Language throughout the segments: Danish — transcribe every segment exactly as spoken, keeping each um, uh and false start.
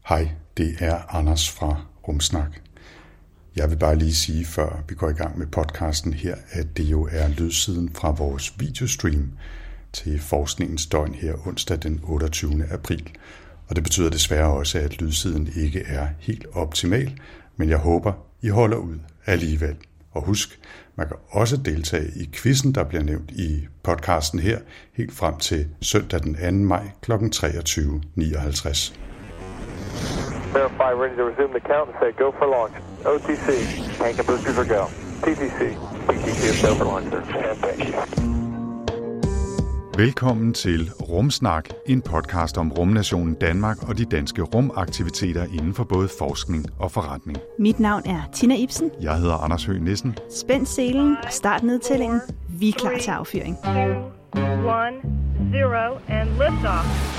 Hej, det er Anders fra Rumsnak. Jeg vil bare lige sige, før vi går i gang med podcasten her, at det jo er lydsiden fra vores videostream til Forskningens Døgn her onsdag den otteogtyvende april. Og det betyder desværre også, at lydsiden ikke er helt optimal, men jeg håber, I holder ud alligevel. Og husk, man kan også deltage i quizzen, der bliver nævnt i podcasten her, helt frem til søndag den anden maj kl. treogtyve nioghalvtreds. Verify, ready to resume the count and say go for launch. O T C, tank and boosters are go. T T C, P T C is go for launch, sir. Velkommen til Rumsnak, en podcast om rumnationen Danmark og de danske rumaktiviteter inden for både forskning og forretning. Mit navn er Tina Ibsen. Jeg hedder Anders Høgh Nissen. Spænd selen og start nedtællingen. Vi er klar til affyring. one, zero, and liftoff.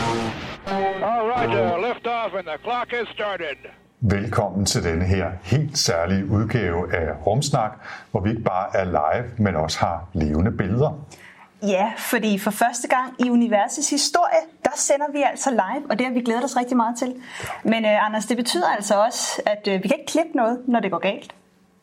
All right, uh, liftoff and the clock has started. Velkommen til denne her helt særlige udgave af Rumsnak, hvor vi ikke bare er live, men også har levende billeder. Ja, fordi for første gang i universets historie, der sender vi altså live, og det har vi glædet os rigtig meget til. Men uh, Anders, det betyder altså også, at uh, vi kan ikke klippe noget, når det går galt.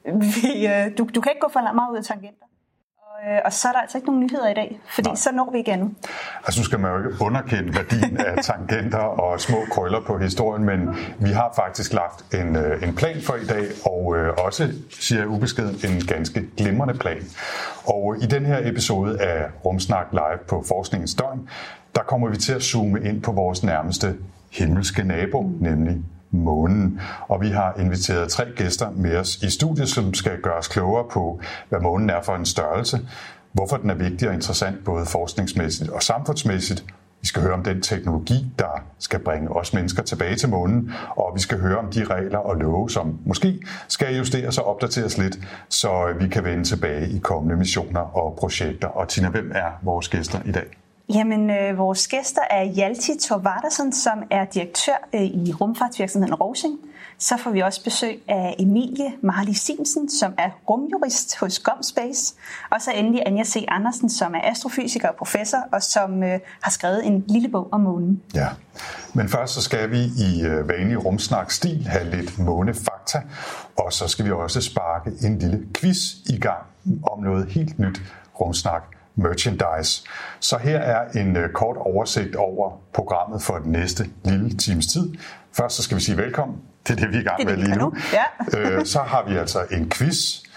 Vi, uh, du, du kan ikke gå for meget ud af tangenter. Og, uh, og så er der altså ikke nogen nyheder i dag, fordi Nej. Så når vi igen. Altså nu skal man jo ikke underkende værdien af tangenter og små krøller på historien, men vi har faktisk lagt en, en plan for i dag, og øh, også, siger jeg ubeskeden, en ganske glimrende plan. Og i den her episode af Rumsnak Live på Forskningens Døgn, der kommer vi til at zoome ind på vores nærmeste himmelske nabo, nemlig månen. Og vi har inviteret tre gæster med os i studiet, som skal gøre os klogere på, hvad månen er for en størrelse, hvorfor den er vigtig og interessant både forskningsmæssigt og samfundsmæssigt. Vi skal høre om den teknologi, der skal bringe os mennesker tilbage til månen, og vi skal høre om de regler og love, som måske skal justeres og opdateres lidt, så vi kan vende tilbage i kommende missioner og projekter. Og Tina, hvem er vores gæster i dag? Jamen, øh, vores gæster er Hjalti Thorvardarson, som er direktør øh, i rumfartsvirksomheden Rosing. Så får vi også besøg af Emilie Marli Simsen, som er rumjurist hos GomSpace. Og så endelig Anja C. Andersen, som er astrofysiker og professor, og som øh, har skrevet en lille bog om månen. Ja, men først så skal vi i øh, vanlig rumsnak-stil have lidt månefakta, og så skal vi også sparke en lille quiz i gang om noget helt nyt rumsnak merchandise. Så her er en uh, kort oversigt over programmet for den næste lille times tid. Først så skal vi sige velkommen. Det er det, vi er i gang med lige nu. Ja. uh, så har vi altså en quiz.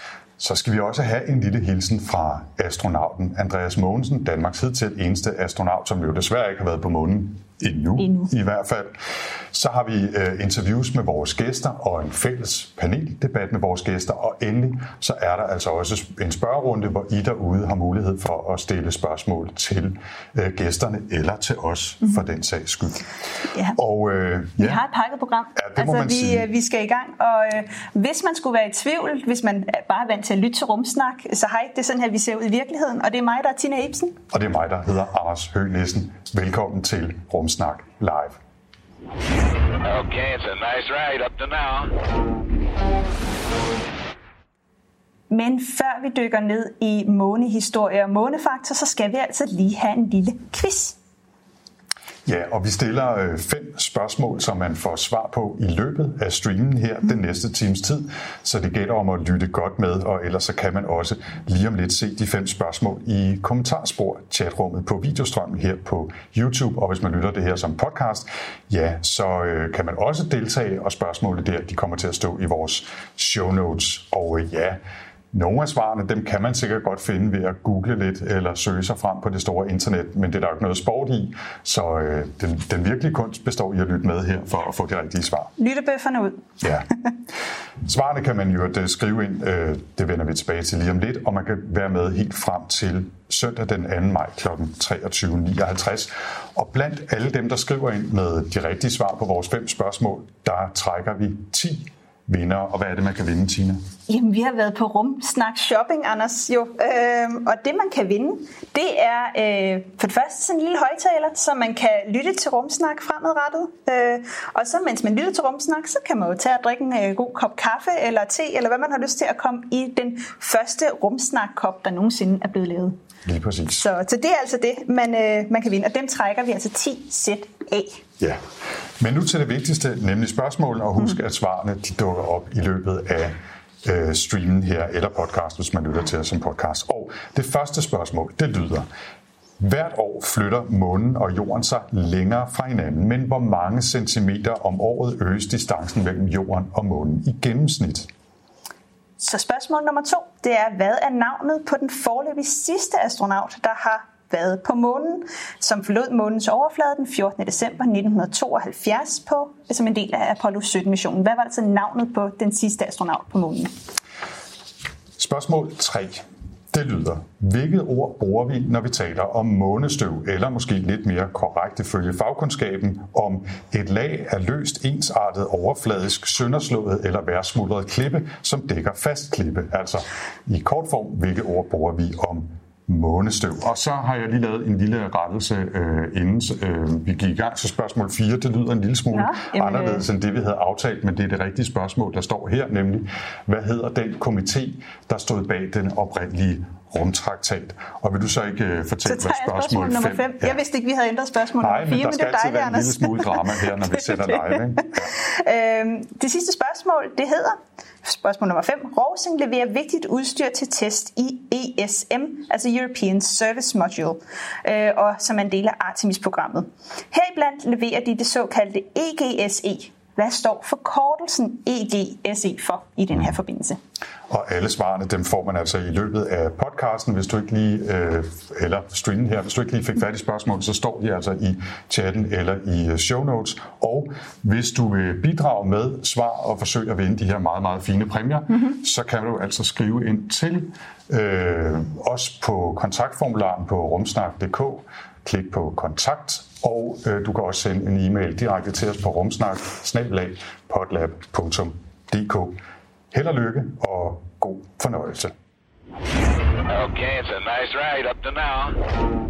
Så skal vi også have en lille hilsen fra astronauten Andreas Mogensen, Danmarks hidtil eneste astronaut, som jo desværre ikke har været på månen endnu, endnu. i hvert fald. Så har vi uh, interviews med vores gæster og en fælles paneldebat med vores gæster, og endelig så er der altså også en spørgerunde, hvor I derude har mulighed for at stille spørgsmål til uh, gæsterne eller til os mm-hmm. for den sags skyld. Ja. Og, uh, ja. Vi har et pakket program. Ja, det må altså, man vi, sige. vi skal i gang, og uh, hvis man skulle være i tvivl, hvis man bare er vant til at lytte til Rumsnak, så hej, det er sådan her, vi ser ud i virkeligheden, og det er mig, der er Tina Ibsen. Og det er mig, der hedder Anders Høgh Nissen. Velkommen til Rumsnak Live. Okay, it's a nice ride up to now. Men før vi dykker ned i månehistorie og månefaktor, så skal vi altså lige have en lille quiz. Ja, og vi stiller øh, fem spørgsmål, som man får svar på i løbet af streamen her den næste times tid. Så det gælder om at lytte godt med, og ellers så kan man også lige om lidt se de fem spørgsmål i kommentarspor chatrummet på videostrømmen her på YouTube. Og hvis man lytter det her som podcast, ja, så øh, kan man også deltage, og spørgsmålet der, de kommer til at stå i vores show notes. Og øh, ja, nogle af svarene, dem kan man sikkert godt finde ved at google lidt eller søge sig frem på det store internet, men det er der jo ikke noget sport i, så øh, den, den virkelige kunst består i at lytte med her for at få de rigtige svar. Lyttebøfferne ud. Ja. Svarene kan man jo skrive ind, øh, det vender vi tilbage til lige om lidt, og man kan være med helt frem til søndag den anden maj kl. treogtyve nioghalvtreds. Og blandt alle dem, der skriver ind med de rigtige svar på vores fem spørgsmål, der trækker vi ti vinder. Og hvad er det, man kan vinde, Tina? Jamen, vi har været på Rumsnak Shopping, Anders, jo. Øhm, og det, man kan vinde, det er øh, for det første sådan en lille højtaler, så man kan lytte til Rumsnak fremadrettet. Øh, og så mens man lytter til Rumsnak, så kan man jo tage og drikke en øh, god kop kaffe eller te, eller hvad man har lyst til at komme i den første Rumsnak-kop, der nogensinde er blevet lavet. Lige præcis. Så, så det er altså det, man, øh, man kan vinde, og dem trækker vi altså ti sæt af. Ja, men nu til det vigtigste, nemlig spørgsmålene, og husk, at svarene de dukker op i løbet af øh, streamen her, eller podcast, hvis man lytter til os som podcast. Og det første spørgsmål, det lyder: hvert år flytter månen og jorden sig længere fra hinanden, men hvor mange centimeter om året øges distancen mellem jorden og månen i gennemsnit? Så spørgsmål nummer to, det er, hvad er navnet på den foreløbig sidste astronaut, der har været på månen, som forlod månens overflade den fjortende december nitten tooghalvfjerds på, som en del af Apollo sytten-missionen. Hvad var altså navnet på den sidste astronaut på månen? Spørgsmål tre. Det lyder: hvilket ord bruger vi, når vi taler om månestøv, eller måske lidt mere korrekt ifølge fagkundskaben, om et lag af løst ensartet overfladisk sønderslået eller værsmuldret klippe, som dækker fast klippe? Altså i kort form, hvilke ord bruger vi om månestøv? Og så har jeg lige lavet en lille rettelse, øh, inden øh, vi gik i gang. Så spørgsmål fire, det lyder en lille smule ja, anderledes end det, vi havde aftalt, men det er det rigtige spørgsmål, der står her, nemlig: hvad hedder den komité, der stod bag den oprindelige rumtraktat? Og vil du så ikke uh, fortælle, hvad spørgsmål nummer fem? Ja. Jeg vidste ikke, vi havde ændret spørgsmål nummer fire, men, men det er dejligt, Anders. Nej, men der skal altid være en lille smule drama her, når vi sætter live. Ikke? Ja. øhm, det sidste spørgsmål, det hedder spørgsmål nummer fem. Rovsing leverer vigtigt udstyr til test i E S M, altså European Service Module, øh, og som er en del af Artemis-programmet. Heriblandt leverer de det såkaldte E G S E. Hvad står forkortelsen E G S E for i den her forbindelse? Og alle svarene, dem får man altså i løbet af podcasten. Hvis du ikke lige, øh, eller streamen her, hvis du ikke lige fik fat i spørgsmål, så står de altså i chatten eller i show notes. Og hvis du vil bidrage med svar og forsøge at vinde de her meget, meget fine præmier, mm-hmm. så kan du altså skrive ind til øh, os på kontaktformularen på rumsnak punktum d k. Klik på kontakt, og øh, du kan også sende en e-mail direkte til os på rumsnak bindestreg podlab punktum d k. Held og lykke, og god fornøjelse. Okay, it's a nice ride up to now.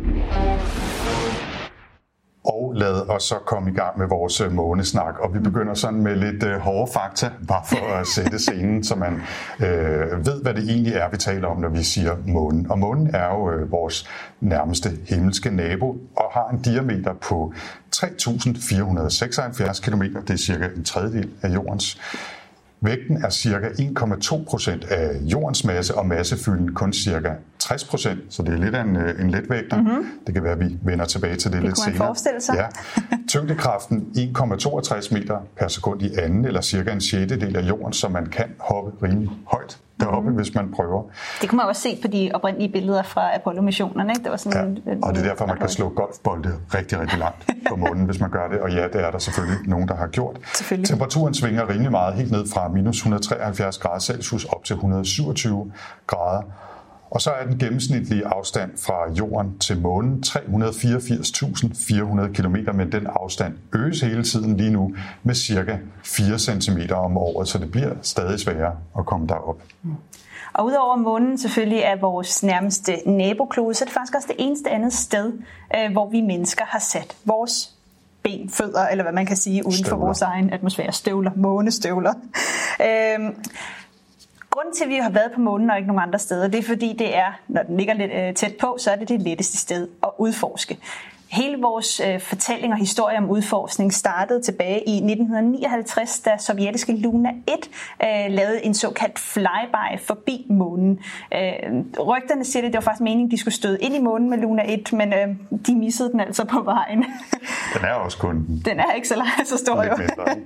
Og lad os så komme i gang med vores månesnak. Og vi begynder sådan med lidt øh, hårde fakta, bare for at sætte scenen, så man øh, ved, hvad det egentlig er, vi taler om, når vi siger månen. Og månen er jo øh, vores nærmeste himmelske nabo, og har en diameter på tre tusind fire hundrede seksoghalvfjerds kilometer. Det er cirka en tredjedel af jordens. Vægten er cirka en komma to procent af jordens masse, og massefylden kun cirka tres procent, så det er lidt af en, en letvægter. Mm-hmm. Det kan være, at vi vender tilbage til det, det lidt senere. Det kunne man forestille sig. Ja. Tyngdekraften en komma toogtres meter per sekund i anden, eller cirka en sjettedel af jorden, så man kan hoppe rimelig højt deroppe, mm. hvis man prøver. Det kunne man også se på de oprindelige billeder fra Apollo-missionerne, ikke? Det var sådan ja, og det er derfor, man kan slå golfbolde rigtig, rigtig langt på månen, hvis man gør det. Og ja, det er der selvfølgelig nogen, der har gjort. Temperaturen svinger rimelig meget, helt ned fra minus et hundrede og treoghalvfjerds grader Celsius op til et hundrede og syvogtyve grader. Og så er den gennemsnitlige afstand fra jorden til månen tre hundrede og fireogfirs tusind fire hundrede kilometer, men den afstand øges hele tiden lige nu med cirka fire centimeter om året, så det bliver stadig sværere at komme derop. Mm. Og udover månen selvfølgelig er vores nærmeste naboklode, så er det faktisk også det eneste andet sted, hvor vi mennesker har sat vores ben, fødder, eller hvad man kan sige, uden for vores egen atmosfære. Støvler, månestøvler. Øhm, Grunden til, at vi har været på månen og ikke nogen andre steder, det er fordi, det er, når den ligger lidt øh, tæt på, så er det det letteste sted at udforske. Hele vores øh, fortælling og historie om udforskning startede tilbage i nitten nioghalvtreds, da sovjetiske Luna et øh, lavede en såkaldt flyby forbi månen. Øh, rygterne siger det, det var faktisk meningen, de skulle støde ind i månen med Luna et, men øh, de missede den altså på vejen. Den er også kun... Den er ikke så, så stor, jo.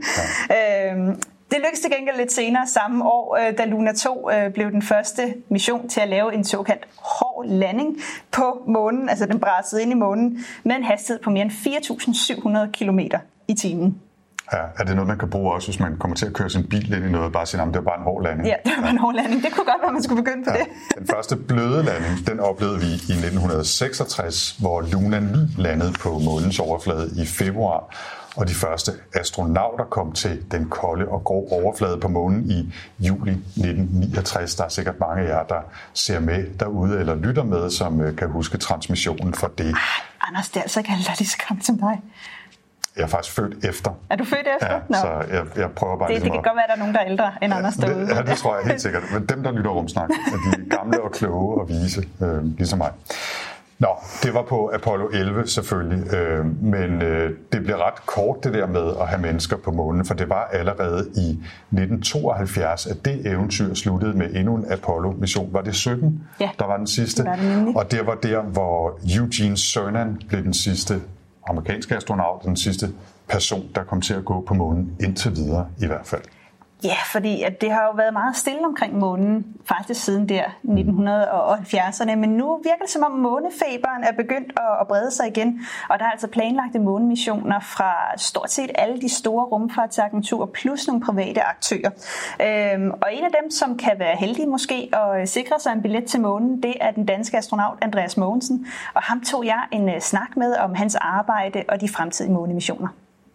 Ja. øh, Det lykkedes til gengæld lidt senere samme år, da Luna to blev den første mission til at lave en såkaldt hård landing på månen. Altså den brasede ind i månen med en hastighed på mere end fire tusind syv hundrede kilometer i timen. Ja, er det noget, man kan bruge også, hvis man kommer til at køre sin bil ind i noget, bare sige, at det var bare en hård landing? Ja, det var bare en hård landing. Det kunne godt være, at man skulle begynde på ja. det. Den første bløde landing, den oplevede vi i nitten seksogtres, hvor Luna ni landede på månens overflade i februar. Og de første astronauter kom til den kolde og grå overflade på månen i juli nitten niogtres. Der er sikkert mange af jer, der ser med derude eller lytter med, som kan huske transmissionen for det. Ej, Anders, det er altså ikke alle, der er lige så gammel som dig. Jeg er faktisk født efter. Er du født efter? Ja, no. så jeg, jeg prøver bare... Det, ligesom det kan at... godt være, at der er nogen, der er ældre end Anders ja, derude. Det, ja, det tror jeg helt sikkert. Men dem, der lytter rumsnak, er de gamle og kloge og vise, øh, ligesom mig. Nå, det var på Apollo elleve selvfølgelig, øh, men øh, det blev ret kort det der med at have mennesker på månen, for det var allerede i nitten tooghalvfjerds, at det eventyr sluttede med endnu en Apollo-mission. Var det sytten, ja, der var den sidste? Det var det og det var der, hvor Eugene Cernan blev den sidste amerikanske astronaut, den sidste person, der kom til at gå på månen indtil videre i hvert fald. Ja, fordi at det har jo været meget stille omkring månen, faktisk siden der nitten halvfjerdserne, men nu virker det som om månefeberen er begyndt at brede sig igen, og der er altså planlagte månemissioner fra stort set alle de store rumfartsagenturer plus nogle private aktører. Øhm, og en af dem, som kan være heldige måske at sikre sig en billet til månen, det er den danske astronaut Andreas Mogensen, og ham tog jeg en snak med om hans arbejde og de fremtidige månemissioner.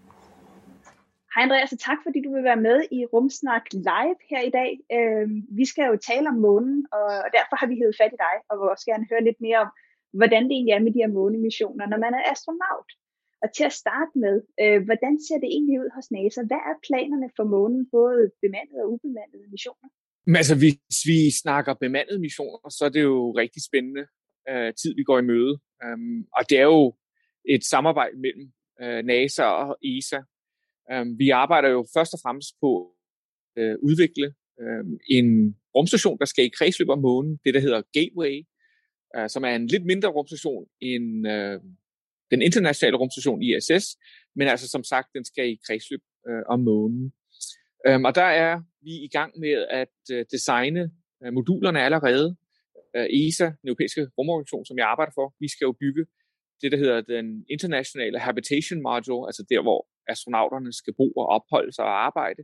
Hej Andreas, og tak fordi du vil være med i Rumsnak Live her i dag. Øh, vi skal jo tale om månen, og derfor har vi hævet fat i dig, og vil også gerne høre lidt mere om, hvordan det egentlig er med de her månemissioner, når man er astronaut. Og til at starte med, øh, hvordan ser det egentlig ud hos NASA? Hvad er planerne for månen, både bemandede og ubemandede missioner? Men altså, hvis vi snakker bemandede missioner, så er det jo rigtig spændende øh, tid, vi går i møde. Um, og det er jo et samarbejde mellem øh, NASA og E S A. Um, vi arbejder jo først og fremmest på at øh, udvikle øh, en rumstation, der skal i kredsløb om månen, det der hedder Gateway, øh, som er en lidt mindre rumstation end øh, den internationale rumstation I S S, men altså som sagt, den skal i kredsløb øh, om månen. Um, og der er vi i gang med at øh, designe øh, modulerne allerede. Øh, E S A, den europæiske rumorganisation, som jeg arbejder for, vi skal jo bygge det, der hedder den internationale habitation module, altså der, hvor astronauterne skal bo og opholde sig og arbejde.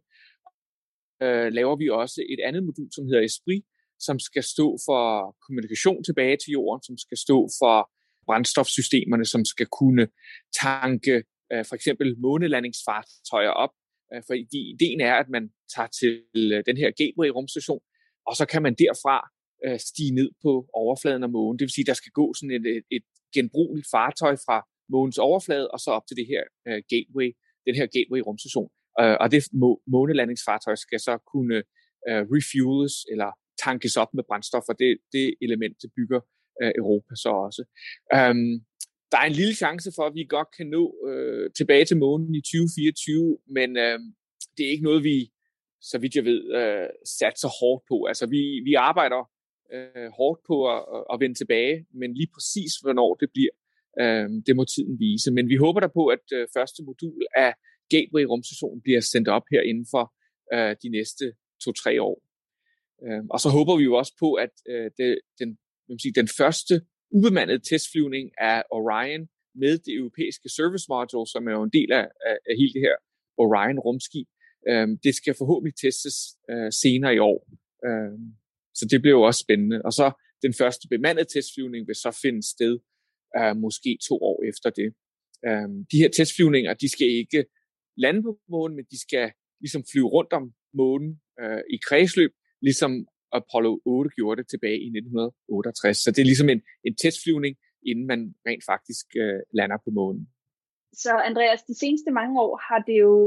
Øh, laver vi også et andet modul, som hedder Esprit, som skal stå for kommunikation tilbage til jorden, som skal stå for brændstofsystemerne, som skal kunne tanke øh, for eksempel månelandingsfartøjer op. Øh, for ideen er, at man tager til øh, den her Gateway-rumstation, og så kan man derfra øh, stige ned på overfladen af månen. Det vil sige, at der skal gå sådan et, et, et genbrugeligt fartøj fra månens overflade, og så op til det her uh, gateway, den her gateway-rumstation. Uh, og det må, månelandingsfartøj skal så kunne uh, refueles, eller tankes op med brændstof, og det, det element, det bygger uh, Europa så også. Um, der er en lille chance for, at vi godt kan nå uh, tilbage til månen i tyve fireogtyve, men uh, det er ikke noget, vi, så vidt jeg ved, uh, satser hårdt på. Altså, vi, vi arbejder uh, hårdt på at, at vende tilbage, men lige præcis, hvornår det bliver, det må tiden vise. Men vi håber da på, at øh, første modul af Gateway-rumstationen bliver sendt op her inden for øh, de næste to-tre år. Øh, og så håber vi jo også på, at øh, det, den, vil sige, den første ubemandede testflyvning af Orion med det europæiske service module, som er jo en del af, af, af hele det her Orion-rumskib, øh, det skal forhåbentlig testes øh, senere i år. Øh, så det bliver jo også spændende. Og så den første bemandede testflyvning vil så finde sted Uh, måske to år efter det. Uh, de her testflyvninger, de skal ikke lande på månen, men de skal ligesom flyve rundt om månen uh, i kredsløb, ligesom Apollo otte gjorde det tilbage i nitten otteogtres. Så det er ligesom en, en testflyvning, inden man rent faktisk uh, lander på månen. Så Andreas, de seneste mange år har det jo,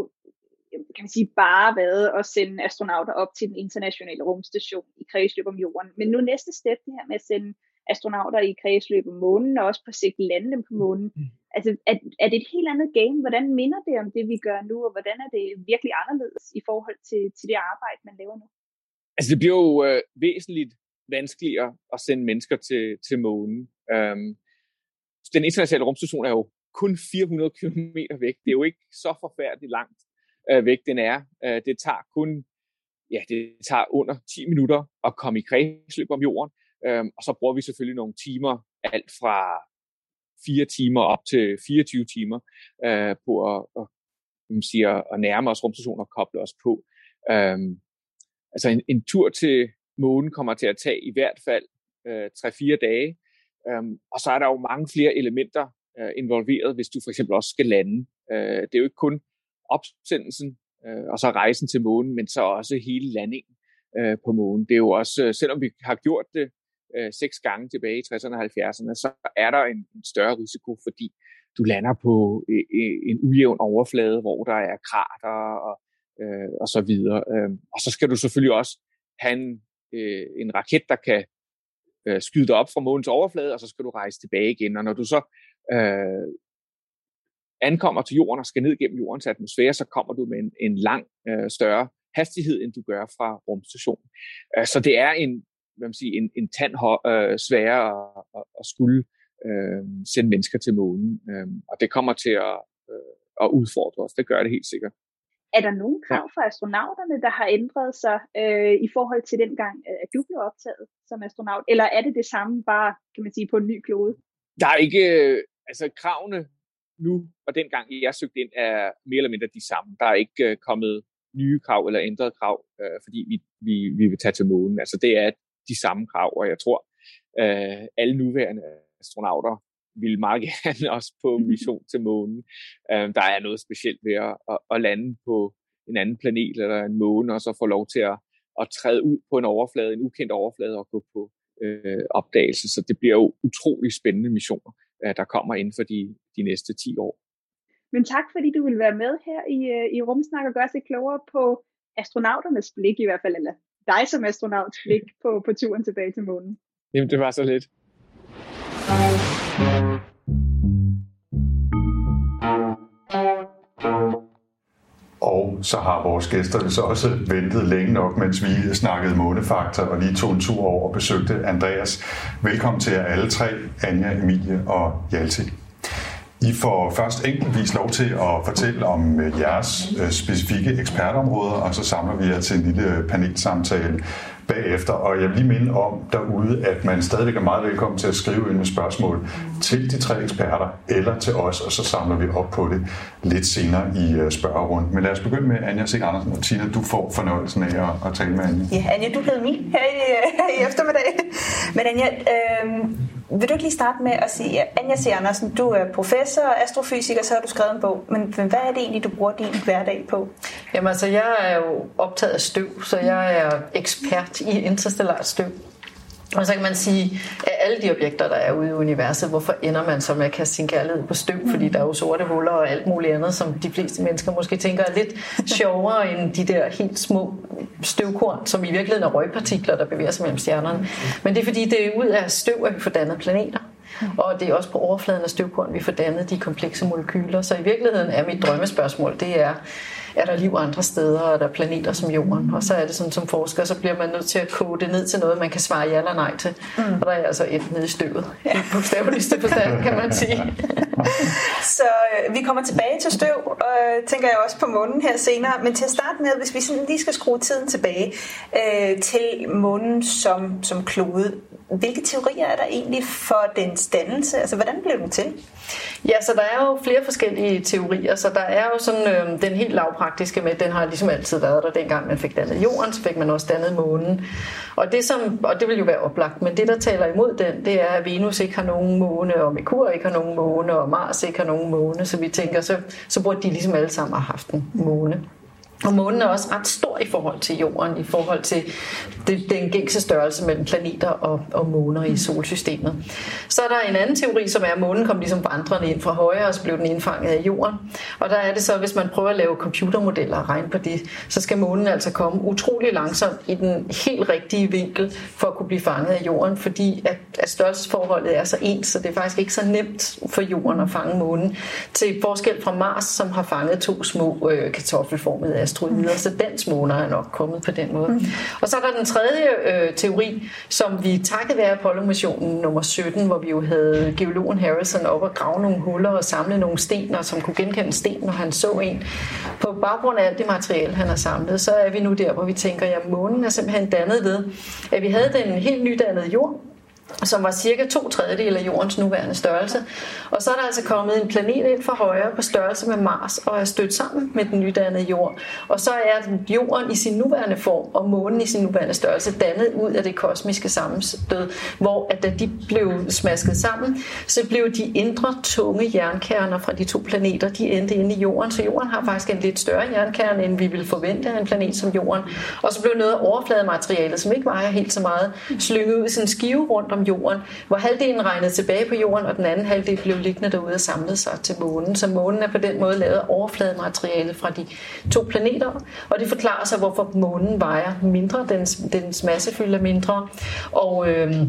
kan man sige, bare været at sende astronauter op til den internationale rumstation i kredsløb om jorden. Men nu næste step, det her med at sende astronauter i kredsløb om månen, og også på sigt lande dem på månen. Altså, er, er det et helt andet game? Hvordan minder det om det, vi gør nu, og hvordan er det virkelig anderledes i forhold til, til det arbejde, man laver nu? Altså, det bliver jo øh, væsentligt vanskeligere at sende mennesker til, til månen. Øhm, den internationale rumstation er jo kun fire hundrede kilometer væk. Det er jo ikke så forfærdeligt langt øh, væk, den er. Øh, det tager kun, ja, det tager under ti minutter at komme i kredsløb om jorden. Øhm, og så bruger vi selvfølgelig nogle timer, alt fra fire timer op til fireogtyve timer, øh, på at, at, man siger, at nærme os rumstationen og koble os på. Øhm, altså en, en tur til månen kommer til at tage i hvert fald øh, tre-fire dage, øhm, og så er der jo mange flere elementer øh, involveret, hvis du for eksempel også skal lande. Øh, det er jo ikke kun opsendelsen øh, og så rejsen til månen, men så også hele landingen øh, på månen. Det er jo også, øh, selvom vi har gjort det Øh, seks gange tilbage i tresserne og halvfjerdserne, så er der en, en større risiko, fordi du lander på øh, en ujævn overflade, hvor der er krater og, øh, og så videre. Øh, og så skal du selvfølgelig også have en, øh, en raket, der kan øh, skyde dig op fra månens overflade, og så skal du rejse tilbage igen. Og når du så øh, ankommer til jorden og skal ned gennem jordens atmosfære, så kommer du med en, en lang, øh, større hastighed, end du gør fra rumstationen. Øh, så det er en, hvad man siger, en, en tand øh, sværere at, at, at skulle øh, sende mennesker til månen. Øh, og det kommer til at, øh, at udfordre os. Det gør det helt sikkert. Er der nogen krav for astronauterne, der har ændret sig øh, i forhold til dengang, at du blev optaget som astronaut? Eller er det det samme, bare kan man sige, på en ny klode? Der er ikke, altså kravene nu og dengang jeg søgte ind er mere eller mindre de samme. Der er ikke uh, kommet nye krav eller ændrede krav, uh, fordi vi, vi, vi vil tage til månen. Altså det er de samme krav, og jeg tror, uh, alle nuværende astronauter vil meget gerne også på mission til månen. Uh, der er noget specielt ved at, at, at lande på en anden planet eller en måne, og så få lov til at, at træde ud på en overflade, en ukendt overflade, og gå på uh, opdagelse. Så det bliver jo utrolig spændende missioner, uh, der kommer inden for de, de næste ti år. Men tak, fordi du vil være med her i, i Rumsnak og gøre sig klogere på astronauternes blik i hvert fald, eller dig som astronauts blik på, på turen tilbage til månen. Jamen, det var så lidt. Og så har vores gæster så også ventet længe nok, mens vi snakkede månefaktor og lige tog en tur over og besøgte Andreas. Velkommen til jer alle tre, Anja, Emilie og Hjalte. I får først enkeltvis lov til at fortælle om jeres specifikke ekspertområder, og så samler vi jer til en lille panelsamtale bagefter. Og jeg vil lige minde om derude, at man stadigvæk er meget velkommen til at skrive ind med spørgsmål til de tre eksperter eller til os, og så samler vi op på det lidt senere i spørgerunden. Men lad os begynde med Anja C. Andersen. Og Tina, du får fornøjelsen af at, at tale med Anja. Ja, Anja, du er blevet min her i, i eftermiddag. Men Anja, øh, vil du ikke lige starte med at sige, Anja C. Andersen, du er professor og astrofysiker, så har du skrevet en bog. Men hvad er det egentlig, du bruger din hverdag på? Jamen altså, jeg er jo optaget af støv, så jeg er ekspert i interstellart støv. Og så kan man sige, at alle de objekter, der er ude i universet, hvorfor ender man så med at kaste sin kærlighed på støv? Fordi der er jo sorte huller og alt muligt andet, som de fleste mennesker måske tænker er lidt sjovere end de der helt små støvkorn, som i virkeligheden er røgpartikler, der bevæger sig mellem stjernerne. Men det er fordi, det er ud af støv, at vi får dannet planeter. Og det er også på overfladen af støvkorn, vi får dannet de komplekse molekyler. Så i virkeligheden er mit drømmespørgsmål, det er, er der liv andre steder, og er der planeter som jorden? Og så er det sådan, som forsker, så bliver man nødt til at koge det ned til noget, man kan svare ja eller nej til. Mm. Og der er altså et nede i støvet. Ja. I bogstaveligste forstand, kan man sige. Så øh, vi kommer tilbage til støv, og øh, tænker jeg også på månen her senere. Men til at starte med, hvis vi sådan lige skal skrue tiden tilbage øh, til månen som, som klode, hvilke teorier er der egentlig for dens dannelse? Altså, hvordan blev den til? Ja, så der er jo flere forskellige teorier, så der er jo sådan øh, den helt lavpraktiske med, den har ligesom altid været der, dengang man fik dannet jorden, så fik man også dannet månen. Og det, som, og det vil jo være oplagt, men det, der taler imod den, det er, at Venus ikke har nogen måne, og Merkur ikke har nogen måne, og Mars ikke har nogen måne, så vi tænker, så, så burde de ligesom alle sammen have haft en måne. Og månen er også ret stor i forhold til jorden, i forhold til det, den gængse størrelse mellem planeter og, og måner i solsystemet. Så er der en anden teori, som er, at månen kom ligesom vandrende ind fra højre, og så blev den indfanget af jorden. Og der er det så, hvis man prøver at lave computermodeller og regne på det, så skal månen altså komme utrolig langsomt i den helt rigtige vinkel for at kunne blive fanget af jorden, fordi at, at størrelsesforholdet er så ens, så det er faktisk ikke så nemt for jorden at fange månen. Til forskel fra Mars, som har fanget to små øh, kartoffelformede asteroider, så dens måner er nok kommet på den måde. Mm. Og så er der den tredje øh, teori, som vi takket være Apollo-missionen nummer sytten, hvor vi jo havde geologen Harrison op og grave nogle huller og samle nogle sten, og som kunne genkende sten, når han så en. På baggrund af alt det materiale, han har samlet, så er vi nu der, hvor vi tænker, at månen er simpelthen dannet ved, at vi havde den helt nydannede jord, som var cirka to tredjedele af jordens nuværende størrelse. Og så er der altså kommet en planet ind fra højre på størrelse med Mars og er stødt sammen med den nydannede jord. Og så er jorden i sin nuværende form og månen i sin nuværende størrelse dannet ud af det kosmiske sammenstød, hvor at da de blev smasket sammen, så blev de indre tunge jernkerner fra de to planeter, de endte inde i jorden. Så jorden har faktisk en lidt større jernkerne, end vi ville forvente af en planet som jorden. Og så blev noget af overfladematerialet, som ikke vejer helt så meget, slynget ud i sådan en skive rundt om jorden, hvor halvdelen regnede tilbage på jorden, og den anden halvdel blev liggende derude og samlede sig til månen. Så månen er på den måde lavet af overfladematerialet fra de to planeter, og det forklarer sig, hvorfor månen vejer mindre, dens, dens massefylde er mindre, og, øh,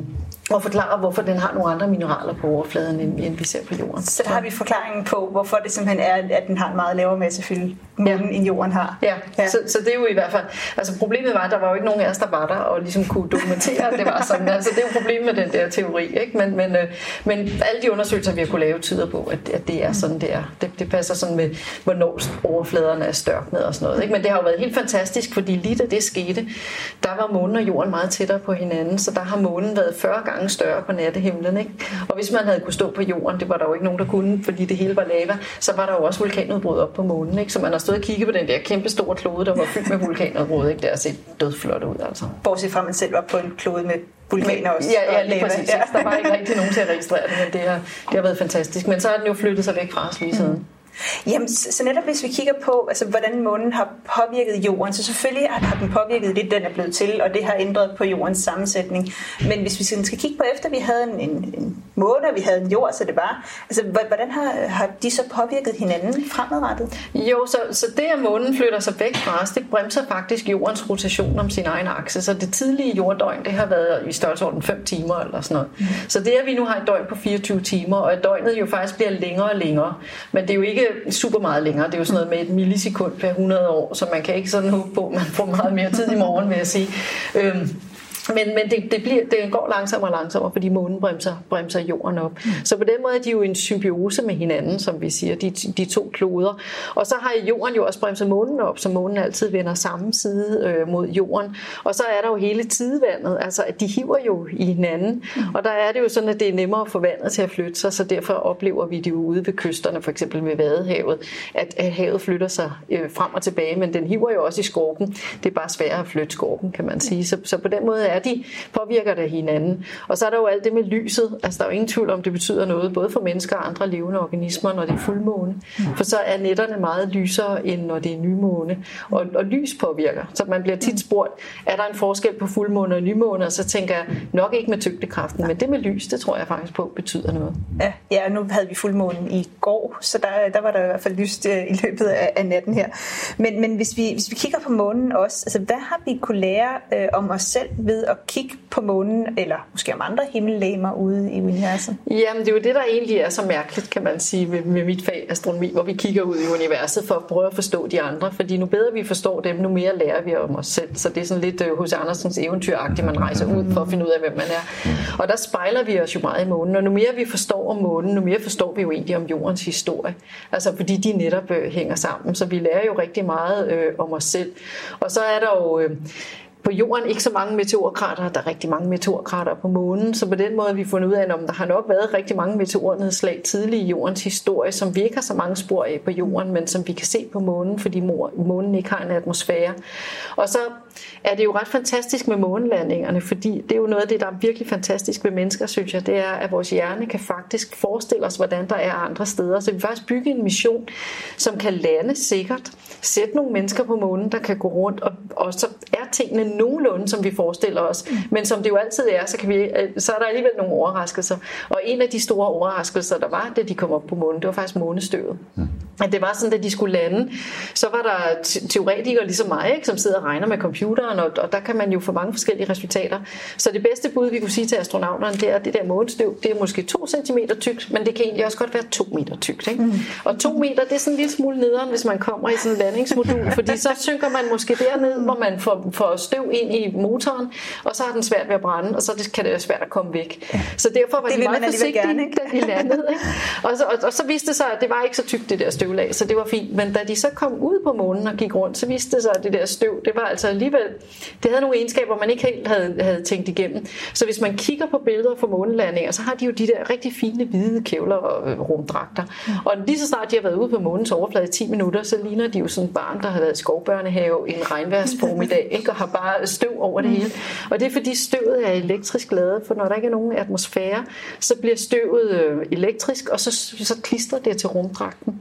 og forklare, hvorfor den har nogle andre mineraler på overfladen, end vi ser på jorden. Så der har vi forklaringen på, hvorfor det simpelthen er, at den har en meget lavere massefylde, månen, ja. end jorden har. Ja, ja. Så, så det er jo i hvert fald... Altså problemet var, at der var jo ikke nogen af os, der var der, og ligesom kunne dokumentere, at det var sådan. Altså det er jo problemet med den der teori, ikke? Men, men, øh, men alle de undersøgelser, vi har kunne lave, tyder på, at, at det er sådan, det er. Det, det passer sådan med, hvornår overfladerne er størknet og sådan noget, ikke? Men det har jo været helt fantastisk, fordi lige da det skete, der var månen og jorden meget tættere på hinanden, så der har månen været fyrre gange større på nattehimlen, ikke? Og hvis man havde kunne stå på jorden, det var der jo ikke nogen, der kunne, fordi det hele var lava, så var der jo også vulkanudbrud op på månen, ikke? Så man har stået og kigget på den der kæmpe store klode, der var fyldt med vulkanudbrud, ikke? Det har set dødflot ud, altså. Bortset fra, at man selv var på en klode med vulkaner også. Ja, ja, lige præcis. Ja. Der var ikke rigtig nogen til at registrere det, men det har, det har været fantastisk. Men så har den jo flyttet sig væk fra os lige siden. Mm. Jamen, så netop hvis vi kigger på, altså, hvordan månen har påvirket jorden, så selvfølgelig har den påvirket det, den er blevet til, og det har ændret på jordens sammensætning. Men hvis vi skal kigge på efter, vi havde en, en, en måne, og vi havde en jord, så det var, altså, hvordan har, har de så påvirket hinanden fremadrettet? Jo, så, så det, at månen flytter sig væk fra os, det bremser faktisk jordens rotation om sin egen akse. Så det tidlige jorddøgn, det har været i størrelsesorden fem timer eller sådan noget. Mm. Så det, at vi nu har et døgn på fireogtyve timer, og at døgnet jo faktisk bliver længere og længere, men det er jo ikke super meget længere. Det er jo sådan noget med et millisekund per hundrede år, så man kan ikke sådan håbe på, at man får meget mere tid i morgen, vil jeg sige. Øhm, Men, men det, det, bliver, det går langsommere og langsommere, fordi månen bremser, bremser jorden op. Mm. Så på den måde er de jo en symbiose med hinanden, som vi siger, de, de to kloder. Og så har jorden jo også bremset månen op, så månen altid vender samme side øh, mod jorden. Og så er der jo hele tidevandet, altså at de hiver jo i hinanden. Mm. Og der er det jo sådan, at det er nemmere at få vandet til at flytte sig, så derfor oplever vi det jo ude ved kysterne, for eksempel ved Vadehavet, at, at havet flytter sig øh, frem og tilbage, men den hiver jo også i skorpen. Det er bare sværere at flytte skorpen, kan man sige. Så, så på den måde er de påvirker det hinanden. Og så er der jo alt det med lyset. Altså der er jo ingen tvivl om, det betyder noget, både for mennesker og andre levende organismer, når det er fuldmåne. For så er nætterne meget lysere, end når det er nymåne. Og, og lys påvirker. Så man bliver tit spurgt, er der en forskel på fuldmåne og nymåne? Og så tænker jeg, nok ikke med tyngdekraften, men det med lys, det tror jeg faktisk på, betyder noget. Ja, ja, nu havde vi fuldmånen i går, så der, der var der i hvert fald lyst i løbet af, af natten her. Men, men hvis, vi, hvis vi kigger på månen også, altså hvad har vi kunne lære øh, om os selv ved at kigge på månen, eller måske om andre himmellegemer ude i universet? Jamen, det er jo det, der egentlig er så mærkeligt, kan man sige, med, med mit fag astronomi, hvor vi kigger ud i universet for at prøve at forstå de andre, fordi nu bedre vi forstår dem, nu mere lærer vi om os selv. Så det er sådan lidt H C Andersens eventyragtigt, man rejser ud for at finde ud af, hvem man er. Og der spejler vi os jo meget i månen, og nu mere vi forstår om månen, nu mere forstår vi jo egentlig om jordens historie. Altså fordi de netop øh, hænger sammen, så vi lærer jo rigtig meget øh, om os selv. Og så er der jo... Øh, På jorden ikke så mange meteorkrater, der er rigtig mange meteorkrater på månen, så på den måde har vi fundet ud af, at der har nok været rigtig mange meteornedslag tidligt i jordens historie, som vi ikke har så mange spor af på jorden, men som vi kan se på månen, fordi månen ikke har en atmosfære. Og så er det jo ret fantastisk med månelandingerne, fordi det er jo noget af det, der er virkelig fantastisk ved mennesker, synes jeg, det er, at vores hjerne kan faktisk forestille os, hvordan der er andre steder. Så vi kan faktisk bygge en mission, som kan lande sikkert, sætte nogle mennesker på månen, der kan gå rundt, og, og så er tingene nogenlunde, som vi forestiller os. Mm. Men som det jo altid er, så, kan vi, så er der alligevel nogle overraskelser. Og en af de store overraskelser, der var, da de kom op på månen, det var faktisk månestøvet. Mm. At det var sådan, at de skulle lande, så var der teoretikere ligesom mig, ikke, som sidder og regner med computeren, og, og der kan man jo få mange forskellige resultater. Så det bedste bud, vi kunne sige til astronauterne, det er, at det der månestøv, det er måske to centimeter tykt, men det kan egentlig også godt være to meter tykt. Ikke? Mm. Og to meter, det er sådan en lille smule nederen, hvis man kommer i sådan en landingsmodul, fordi så synker man måske derned, hvor man får, får støv ind i motoren, og så er den svært ved at brænde, og så kan det være svært at komme væk. Så derfor var det de meget forsigtige, gerne, da de landede. Ikke? Og, så, og, og så viste det sig, at det var ikke så tykt, det der støvlag, så det var fint. Men da de så kom ud på månen og gik rundt, så viste det sig, at det der støv, det var altså alligevel, det havde nogle egenskaber, man ikke helt havde, havde tænkt igennem. Så hvis man kigger på billeder fra månelandinger, så har de jo de der rigtig fine hvide kævler og rumdragter. Og lige så snart de har været ude på månens overflade i ti minutter, så ligner de jo sådan et barn, der har været i skovbørnehave i en regnværsform i dag, ikke? Og har bare støv over det hele. Og det er fordi støvet er elektrisk ladet, for når der ikke er nogen atmosfære, så bliver støvet øh, elektrisk, og så, så klistrer det til rumdragten.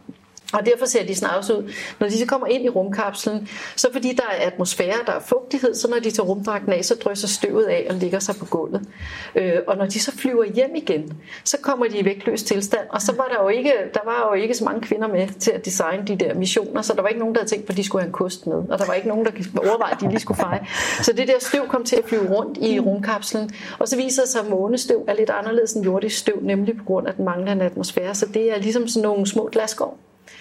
Og derfor ser de snavs ud. Når de så kommer ind i rumkapslen, så fordi der er atmosfære, der er fugtighed, så når de tager rumdragten af, så drysser støvet af og ligger sig på gulvet. Øh, og når de så flyver hjem igen, så kommer de i vægtløs tilstand. Og så var der jo ikke, der var jo ikke så mange kvinder med til at designe de der missioner, så der var ikke nogen, der havde tænkt på, at de skulle have en kost med. Og der var ikke nogen, der overvejede, at de lige skulle feje. Så det der støv kom til at flyve rundt i rumkapslen. Og så viser det sig, at månestøv er lidt anderledes end jordisk støv, nemlig på grund af den manglende atmosfære. Så det er ligesom sådan nogle små glasskår.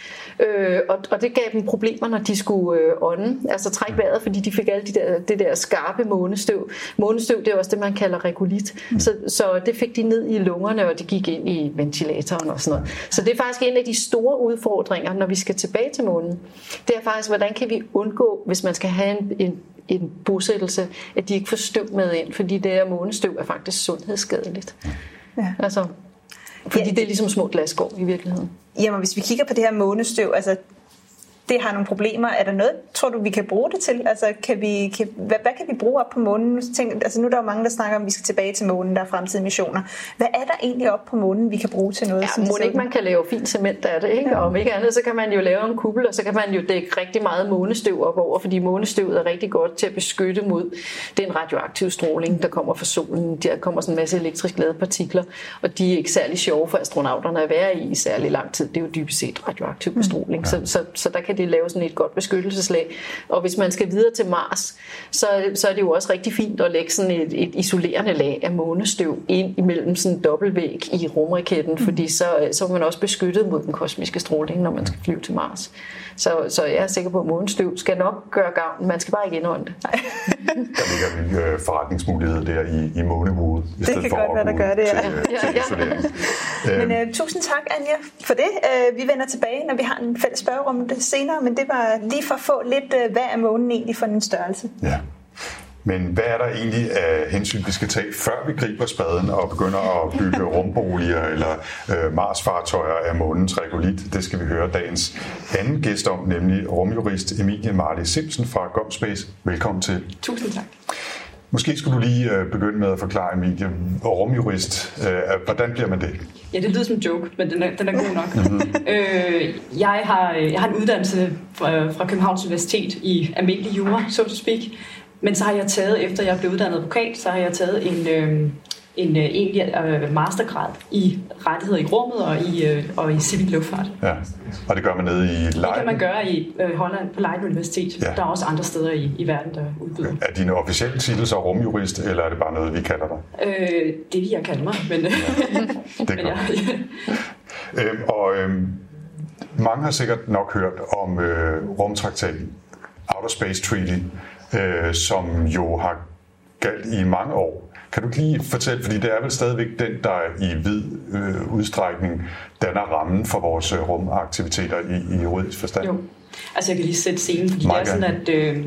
Øh, og, og det gav dem problemer, når de skulle øh, ånde, altså trække vejret, fordi de fik alle de der, det der skarpe månestøv. Månestøv, det er også det, man kalder regolit. Mm. Så, så det fik de ned i lungerne, og det gik ind i ventilatoren og sådan noget. Så det er faktisk en af de store udfordringer, når vi skal tilbage til månen. Det er faktisk, hvordan kan vi undgå, hvis man skal have en, en, en bosættelse, at de ikke får støv med ind, fordi det her månestøv er faktisk sundhedsskadeligt. Ja. Altså, fordi ja. Det er ligesom små glasskår i virkeligheden. Jamen, hvis vi kigger på det her månestøv, altså det har nogle problemer. Er der noget, tror du, vi kan bruge det til? Altså, kan vi, kan, hvad, hvad kan vi bruge op på månen? Nu, tænker, altså, nu er der jo mange, der snakker om, at vi skal tilbage til månen, der er fremtidige missioner. Hvad er der egentlig op på månen, vi kan bruge til noget? Ja, må ikke man kan lave fin cement af det, ikke? Ja. Og om ikke andet, så kan man jo lave en kuppel, og så kan man jo dække rigtig meget månestøv op over, fordi månestøvet er rigtig godt til at beskytte mod den radioaktive stråling, der kommer fra solen. Der kommer sådan en masse elektrisk ladede partikler, og de er ikke særlig sjove for astronauterne at være i i særlig lang tid. Det er jo dybest set radioaktiv bestråling, mm. så, så, så der kan det lave sådan et godt beskyttelseslag. Og hvis man skal videre til Mars, så, så er det jo også rigtig fint at lægge sådan et, et isolerende lag af månestøv ind imellem sådan en dobbeltvæg i rumraketten, mm. fordi så, så er man også beskyttet mod den kosmiske stråling, når man skal flyve til Mars. Så, så jeg er sikker på, at månestøv skal nok gøre gavn. Man skal bare ikke indånde det. Der ligger en øh, forretningsmulighed der i, i månehovedet. Det kan godt være, der gør det, ja. Til, ja, ja. Men øh, tusind tak, Anja, for det. Øh, vi vender tilbage, når vi har en fælles spørgerunde senere, men det var lige for at få lidt, øh, hvad er månen egentlig for en størrelse? Ja. Men hvad er der egentlig af hensyn, vi skal tage, før vi griber spaden og begynder at bygge rumboliger eller øh, Mars-fartøjer af månens regolit? Det skal vi høre dagens anden gæst om, nemlig rumjurist Emilie Marley Simpson fra GomSpace. Velkommen til. Tusind tak. Måske skulle du lige øh, begynde med at forklare, Emilie, rumjurist. Øh, hvordan bliver man det? Ja, det lyder som en joke, men den er, den er god nok. Mm-hmm. øh, jeg, har, jeg har en uddannelse fra, fra Københavns Universitet i almindelig jura, so to speak. Men så har jeg taget, efter jeg blev uddannet advokat, så har jeg taget en, øh, en øh, egentlig øh, mastergrad i rettigheder i rummet og i, øh, og i civil luftfart. Ja, og det gør man nede i Leiden? Det kan man gøre i øh, Holland på Leiden Universitet. Ja. Der er også andre steder i, i verden, der udbyder. Er dine officielle titel så rumjurist, eller er det bare noget, vi kalder dig? Øh, det vil jeg kalde mig, men... Ja, det er men, ja. øhm, og øhm, mange har sikkert nok hørt om øh, rumtraktaten, Outer Space Treaty, Øh, som jo har galt i mange år. Kan du ikke lige fortælle, fordi det er vel stadigvæk den, der i vid øh, udstrækning danner rammen for vores øh, rumaktiviteter i, i juridisk forstand? Jo, altså jeg kan lige sætte scenen, fordi Meget det er sådan, at øh,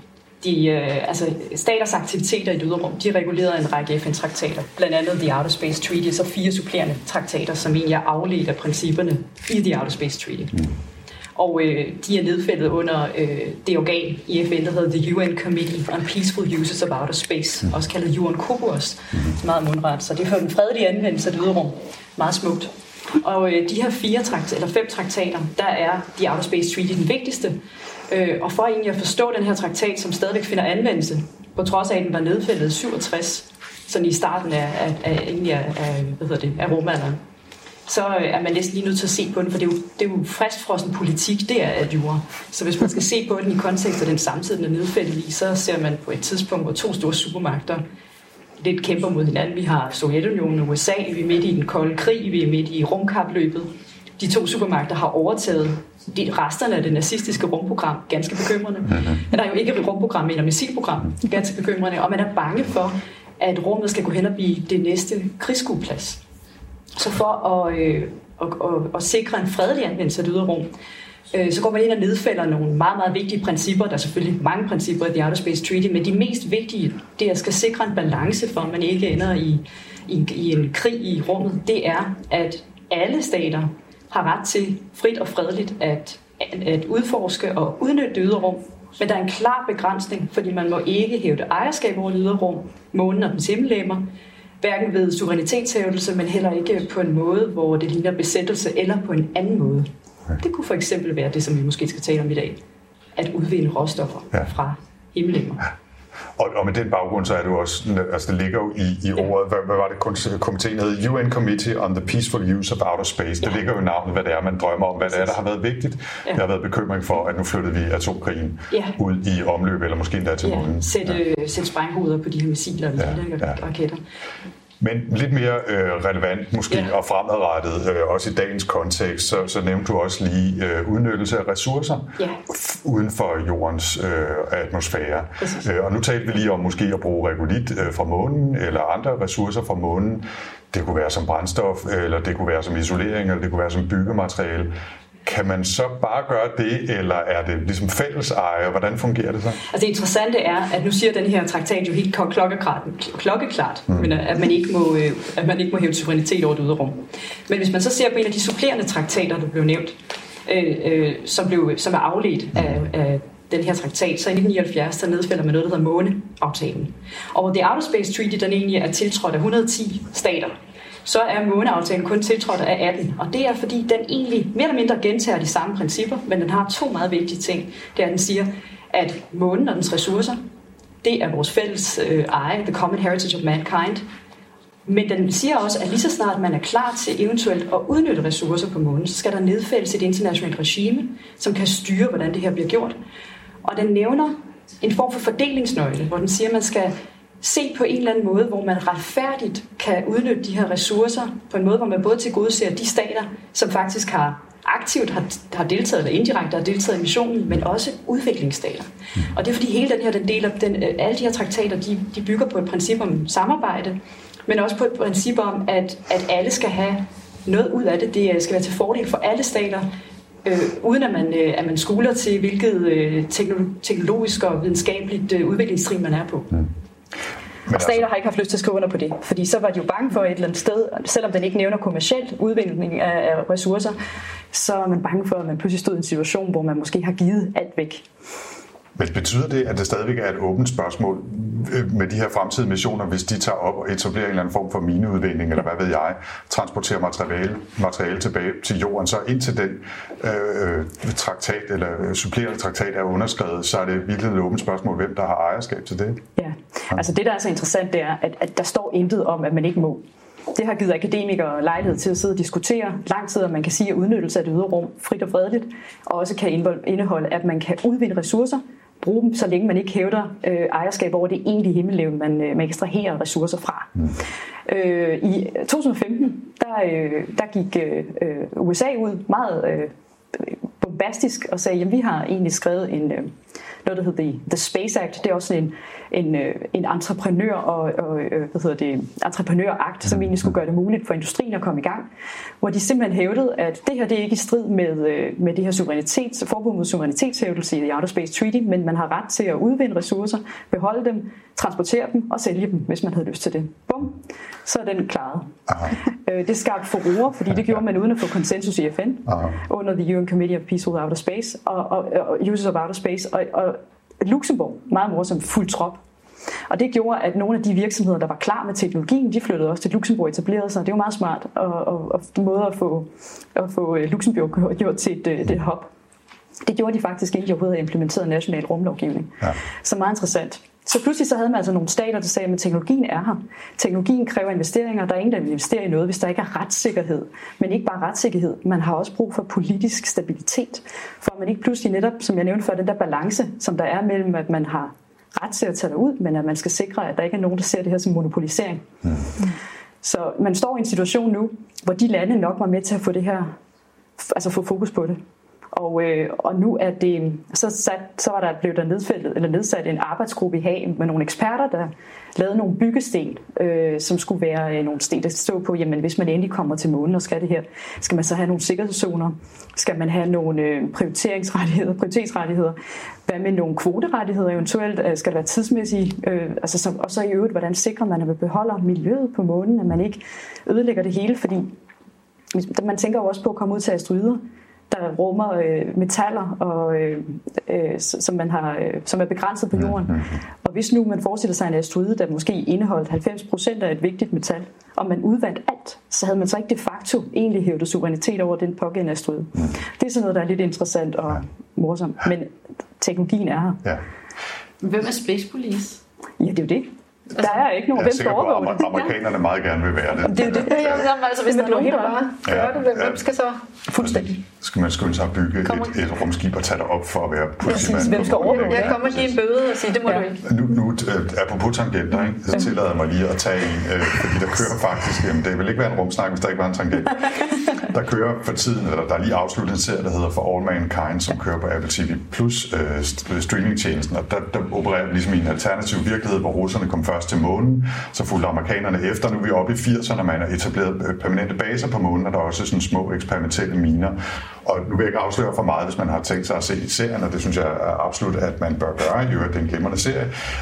de, øh, altså, staters aktiviteter i det ydre rum, de er reguleret af en række F N-traktater, blandt andet The Outer Space Treaty, så fire supplerende traktater, som egentlig er afledt af principperne i The Outer Space Treaty. Mm. Og øh, de er nedfældet under øh, det organ i F N, der hedder The U N Committee on Peaceful Uses of Outer Space, mm. også kaldet U N COPUOS, mm. meget mundret. Så det er for den fredelige anvendelse af det ydre rum. Meget smukt. Og øh, de her fire traktater, eller fem traktater, der er The Outer Space Treaty den vigtigste. Øh, og for egentlig at forstå den her traktat, som stadigvæk finder anvendelse, på trods af, at den var nedfældet i syvogtres, sådan i starten af, af, af, af, af, hvad hedder det, af rumalderen, så er man næsten lige nødt til at se på den, for det er jo, det er jo friskfrossen politik, det er at jura. Så hvis man skal se på den i kontekst af den samtid, den er nedfældet i, så ser man på et tidspunkt, hvor to store supermagter lidt kæmper mod hinanden. Vi har Sovjetunionen og U S A, vi er midt i den kolde krig, vi er midt i rumkapløbet. De to supermagter har overtaget de resterne af det nazistiske rumprogram, ganske bekymrende. Men der er jo ikke et rumprogram, men et missilprogram, ganske bekymrende, og man er bange for, at rummet skal gå hen og blive det næste krigsskueplads. Så for at, øh, at, at, at sikre en fredelig anvendelse af det ydre rum, øh, så går man ind og nedfælder nogle meget, meget vigtige principper. Der er selvfølgelig mange principper i The Outer Space Treaty, men de mest vigtige, det er at skal sikre en balance for, at man ikke ender i, i, i en krig i rummet. Det er, at alle stater har ret til frit og fredeligt at, at udforske og udnytte det ydre rum. Men der er en klar begrænsning, fordi man må ikke hævde ejerskab over det ydre rum, månen og dens himmellegemer, hverken ved suverænitetshævdelse, men heller ikke på en måde, hvor det ligner besættelse, eller på en anden måde. Okay. Det kunne for eksempel være det, som vi måske skal tale om i dag. At udvinde råstoffer ja. fra himmellegemer. Ja. Og, og med den baggrund, så er det jo også, altså det ligger jo i, i ja. ordet, hvad, hvad var det, komiteen hed? U N Committee on the Peaceful Use of Outer Space. Ja. Det ligger jo i navnet, hvad det er, man drømmer om, hvad det er, der har været vigtigt. Ja. Der har været bekymring for, at nu flyttede vi atomkrigen ja. ud i omløb, eller måske endda til månen. Ja. Sætte, ja. sætte sprænghoveder på de her missiler og ja. ja. raketter. Men lidt mere øh, relevant måske yeah. og fremadrettet, øh, også i dagens kontekst, så, så nævnte du også lige øh, udnyttelse af ressourcer yeah. uden for jordens øh, atmosfære. Øh, og nu talte vi lige om måske at bruge regolit øh, fra månen eller andre ressourcer fra månen. Det kunne være som brændstof, eller det kunne være som isolering, eller det kunne være som byggemateriale. Kan man så bare gøre det, eller er det ligesom fælleseje? Hvordan fungerer det så? Altså det interessante er, at nu siger den her traktat jo helt klokkeklart, klokkeklart mm. men at, man ikke må, at man ikke må hæve suverænitet over det ydre rum. Men hvis man så ser på en af de supplerende traktater, der blev nævnt, øh, øh, som, blev, som er afledt mm. af, af den her traktat, så i nitten nioghalvfjerds, der nedfælder man noget, der hedder måneaftalen. Og The Outer Space Treaty, den egentlig er tiltrådt af et hundrede og ti stater, så er måneaftalen kun tiltrådt af atten. Og det er, fordi den egentlig mere eller mindre gentager de samme principper, men den har to meget vigtige ting. Det er, at den siger, at månen og dens ressourcer, det er vores fælles øh, eje, the common heritage of mankind. Men den siger også, at lige så snart man er klar til eventuelt at udnytte ressourcer på månen, så skal der nedfældes et internationalt regime, som kan styre, hvordan det her bliver gjort. Og den nævner en form for fordelingsnøgle, hvor den siger, at man skal se på en eller anden måde, hvor man retfærdigt kan udnytte de her ressourcer på en måde, hvor man både tilgodeser de stater, som faktisk har aktivt har, har deltaget, eller indirekte har deltaget i missionen, men også udviklingsstater. Mm. Og det er fordi hele den her, den del af den, alle de her traktater, de, de bygger på et princip om samarbejde, men også på et princip om, at, at alle skal have noget ud af det. Det skal være til fordel for alle stater, øh, uden at man, øh, at man skuler til, hvilket øh, teknologisk og videnskabeligt øh, udviklingstrin man er på. Mm. Og stater har ikke haft lyst til at skrive under på det, fordi så var de jo bange for et eller andet sted, selvom den ikke nævner kommercielt udvinding af ressourcer, så er man bange for, at man pludselig stod i en situation, hvor man måske har givet alt væk. Men betyder det, at det stadigvæk er et åbent spørgsmål med de her fremtidige missioner, hvis de tager op og etablerer en eller anden form for mineudvinding, eller hvad ved jeg, transporterer materiale, materiale tilbage til jorden, så indtil den øh, traktat eller supplerende traktat er underskrevet, så er det virkelig et åbent spørgsmål, hvem der har ejerskab til det? Ja, altså det, der er så interessant, det er, at, at der står intet om, at man ikke må. Det har givet akademikere lejlighed til at sidde og diskutere lang tid, at man kan sige, at udnyttelse af det ydre rum frit og fredeligt, og også kan indeholde, at man kan udvinde ressourcer, bruge dem, så længe man ikke hævder øh, ejerskab over det egentlige himmellev, man, øh, man ekstraherer ressourcer fra. Mm. Øh, I to tusind og femten, der, øh, der gik øh, U S A ud meget øh, bombastisk og sagde, at vi har egentlig skrevet en, øh, noget, der hedder The Space Act. Det er også en, en, en entreprenør og, og hvad hedder det, entreprenørakt, som egentlig skulle gøre det muligt for industrien at komme i gang, hvor de simpelthen hævdede, at det her det er ikke i strid med, med det her suverænitets, forbud mod suverænitetshævdelse i The Outer Space Treaty, men man har ret til at udvinde ressourcer, beholde dem, transportere dem og sælge dem, hvis man havde lyst til det. Bum, så er den klaret. Aha. Det skabte furore, fordi det gjorde man uden at få konsensus i F N, aha, under The U N Committee of Peaceful Outer Space og, og, og Uses of Outer Space, og, og Luxembourg, meget morsomt, fuld trop. Og det gjorde, at nogle af de virksomheder, der var klar med teknologien, de flyttede også til Luxembourg og etablerede sig. Det var meget smart, og, og, og en måde at få, at få Luxembourg gjort til et, et hub. Det gjorde de faktisk, inden de overhovedet havde implementeret national rumlovgivning. Ja. Så meget interessant. Så pludselig så havde man altså nogle stater, der sagde, at teknologien er her. Teknologien kræver investeringer, der er ingen, der vil investere i noget, hvis der ikke er retssikkerhed. Men ikke bare retssikkerhed, man har også brug for politisk stabilitet. For at man ikke pludselig netop, som jeg nævnte før, den der balance, som der er mellem, at man har ret til at tage ud, men at man skal sikre, at der ikke er nogen, der ser det her som monopolisering. Mm. Så man står i en situation nu, hvor de lande nok var med til at få det her, altså få fokus på det. Og, øh, og nu er det, så, sat, så var der blevet der nedfældet, eller nedsat en arbejdsgruppe i Haag med nogle eksperter, der lavede nogle byggesten, øh, som skulle være øh, nogle sten, der stod på, jamen hvis man endelig kommer til månen og skal det her, skal man så have nogle sikkerhedszoner, skal man have nogle øh, prioriteringsrettigheder, prioritetsrettigheder, hvad med nogle kvoterettigheder eventuelt, øh, skal der være tidsmæssige, øh, altså så, og så i øvrigt, hvordan sikrer man, at man beholder miljøet på månen, at man ikke ødelægger det hele, fordi man tænker jo også på at komme ud til asteroider, der rummer øh, metaller, og, øh, øh, som, man har, øh, som er begrænset på jorden. Og hvis nu man forestiller sig en asteroide, der måske indeholdt halvfems procent af et vigtigt metal, og man udvandt alt, så havde man så ikke de facto egentlig hævdet suverænitet over den pågældende asteroide. Mm. Det er sådan noget, der er lidt interessant og ja. morsomt, men teknologien er her. Ja. Hvem er Space Police? Ja, det er jo det. Der er ikke nogen, hvem skal overvåge det. Jeg er sikker på, at amerikanerne meget gerne vil være det. Det er det. Ja, ja, altså, hvis der er nogen, der bare gør det, hvem skal så? Fuldstændig. Skal man skynde sig at bygge et, et rumskib og tage det op for at være politimand? Hvem skal overvåge det? Jeg kommer og give en bøde og sige, det må ja. du ikke. Nu, nu apropos tangenter, ikke? Så tillader jeg mig lige at tage en, øh, fordi der kører faktisk, jamen, det vil ikke være en rumsnak, hvis der ikke var en tangent. Der kører for tiden, eller der er lige afsluttet en serie, der hedder For All Mankind, som kører på Apple T V Plus øh, streamingtjenesten, og der, der opererer ligesom i en alternativ virkelighed, hvor russerne kom først til månen, så fulgte amerikanerne efter. Nu er vi oppe i firserne, man har etableret permanente baser på månen, og der er også sådan små eksperimentelle miner. Og nu vil jeg ikke afsløre for meget, hvis man har tænkt sig at se serien, og det synes jeg er absolut, at man bør gøre. I øvrigt, det er en glimrende serie.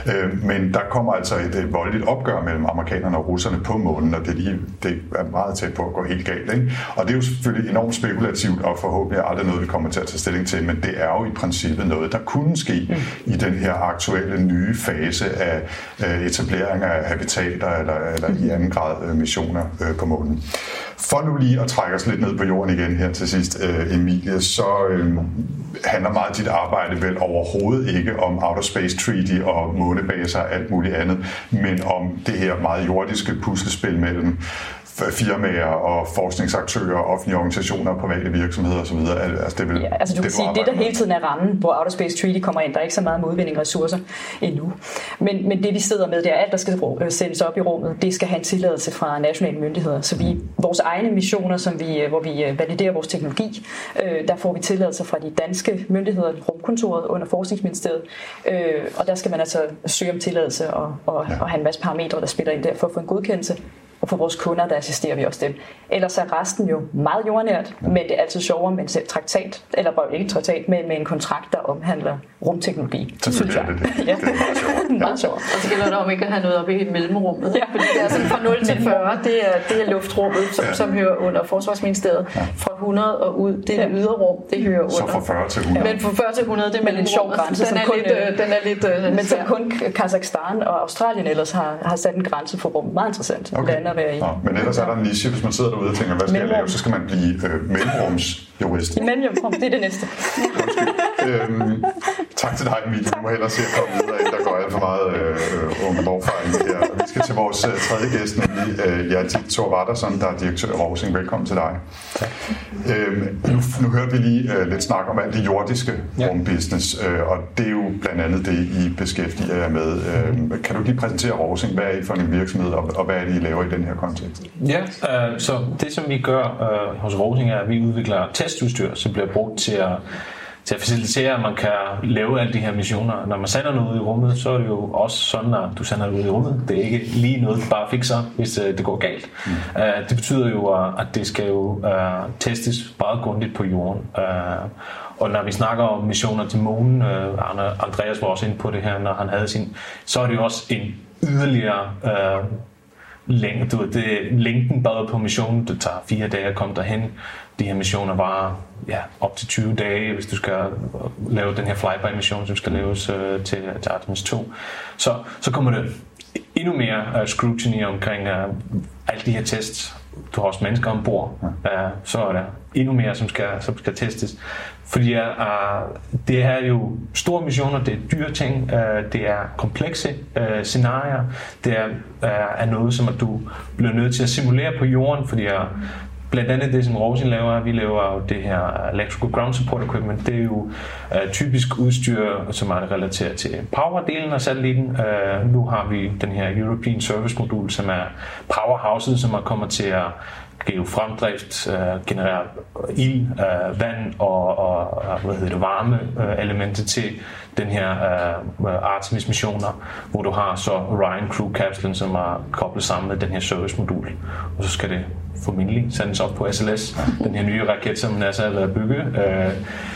Men der kommer altså et, et voldeligt opgør mellem amerikanerne og russerne på månen, og det er, lige, det er meget tæt på at gå helt galt. Ikke? Og det er jo selvfølgelig enormt spekulativt, og forhåbentlig aldrig noget, vi kommer til at tage stilling til, men det er jo i princippet noget, der kunne ske mm. i den her aktuelle nye fase af etablering af habitater eller, eller i anden grad missioner på månen. For nu lige at trække os lidt ned på jorden igen her til sidst, Emilie, så øh, handler meget af dit arbejde vel overhovedet ikke om Outer Space Treaty og månebaser og alt muligt andet, men om det her meget jordiske puslespil mellem firmaer og forskningsaktører, offentlige organisationer og private virksomheder osv. Altså, det vil, ja, altså du kan sige, det der hele tiden er rammen, hvor Outer Space Treaty kommer ind. Der er ikke så meget modvinding af ressourcer endnu. Men, men det vi sidder med, det er alt, der skal sendes op i rummet, det skal have en tilladelse fra nationale myndigheder. Så vi, vores egne missioner, som vi, hvor vi validerer vores teknologi, øh, der får vi tilladelser fra de danske myndigheder, rumkontoret under Forskningsministeriet. Øh, og der skal man altså søge om tilladelse og, og, ja. og have en masse parametre, der spiller ind der for at få en godkendelse. Og for vores kunder, der assisterer vi også dem. Ellers er resten jo meget jordnært, men det er altid sjovere med en traktat, eller bare ikke en traktat, men med en kontrakt, der omhandler rumteknologi. Selvfølgelig er det det. Ja. Det er meget sjovere. meget sjovere. Og så gælder det om ikke at have noget oppe i mellemrummet. Ja. Fordi det er sådan fra nul til fyrre, det er, det er luftrummet, som, ja. som hører under Forsvarsministeriet. Ja. Fra hundrede og ud, det er det ydre rum, det hører under. Så fra fyrre til hundrede. Men fra fyrre til hundrede, det er men en sjov grænse. Den er kun, lidt, øh, den er lidt øh, men så kun Kazakhstan og Australien ellers har, har sat en grænse for rummet. Meget interessant okay. lande at være i. Ja, men ellers er der en niche, hvis man sidder derude og tænker, hvad skal jeg lave, så skal man blive øh, mellemrumsjurist. I mellemrum, det er det næste. øhm, tak til dig, Emilie. Vi må hellere se at komme videre, inden der går alt for meget øh, unge lovfejring her. Vi skal til vores øh, tredje gæst, nemlig øh, Hjalti Thor-Raddarsson, der er direktør i Rovsing. Velkommen til dig. Øhm, nu, nu hørte vi lige øh, lidt snak om alt det jordiske ja. rumbusiness, øh, og det er jo blandt andet det, I beskæftiger jer med. Øh, kan du lige præsentere Rovsing? Hvad er I for en virksomhed, og, og hvad er det, I laver i den her kontekst? Ja, øh, så det som vi gør øh, hos Rovsing er, at vi udvikler testudstyr, som bliver brugt til at, til at facilitere, at man kan lave alle de her missioner. Når man sender noget ud i rummet, så er det jo også sådan, at du sender det ud i rummet. Det er ikke lige noget, du bare fikser, hvis øh, det går galt. Mm. Øh, det betyder jo, at det skal jo øh, testes meget grundigt på jorden. Øh, og når vi snakker om missioner til månen, øh, Andreas var også inde på det her, når han havde sin, så er det jo også en yderligere øh, Læng, du, det, længden bare på missionen, det tager fire dage at komme derhen. De her missioner var ja, op til tyve dage, hvis du skal lave den her flyby-mission, som skal laves uh, til, til Artemis to. Så, så kommer det endnu mere uh, scrutiny omkring uh, alle de her tests. Du har også mennesker ombord, uh, så er der endnu mere, som skal, som skal testes. Fordi uh, det er jo store missioner, det er dyre ting, uh, det er komplekse uh, scenarier, det er, uh, er noget, som at du bliver nødt til at simulere på jorden, fordi uh, blandt andet det, som Rovsing laver, vi laver jo det her Electrical Ground Support Equipment, det er jo uh, typisk udstyr, som er relateret til power-delen af satellitten. Uh, nu har vi den her European Service Modul, som er powerhouset, som er kommer til at give fremdrift, uh, generere ild, uh, vand og, og hvad hedder det, varme uh, elementer til den her uh, Artemis-missioner, hvor du har så Orion Crew-kapslen, som er koblet sammen med den her service-modul. Og så skal det formentlig sendes op på S L S, den her nye raket, som NASA er ved at bygge. Uh,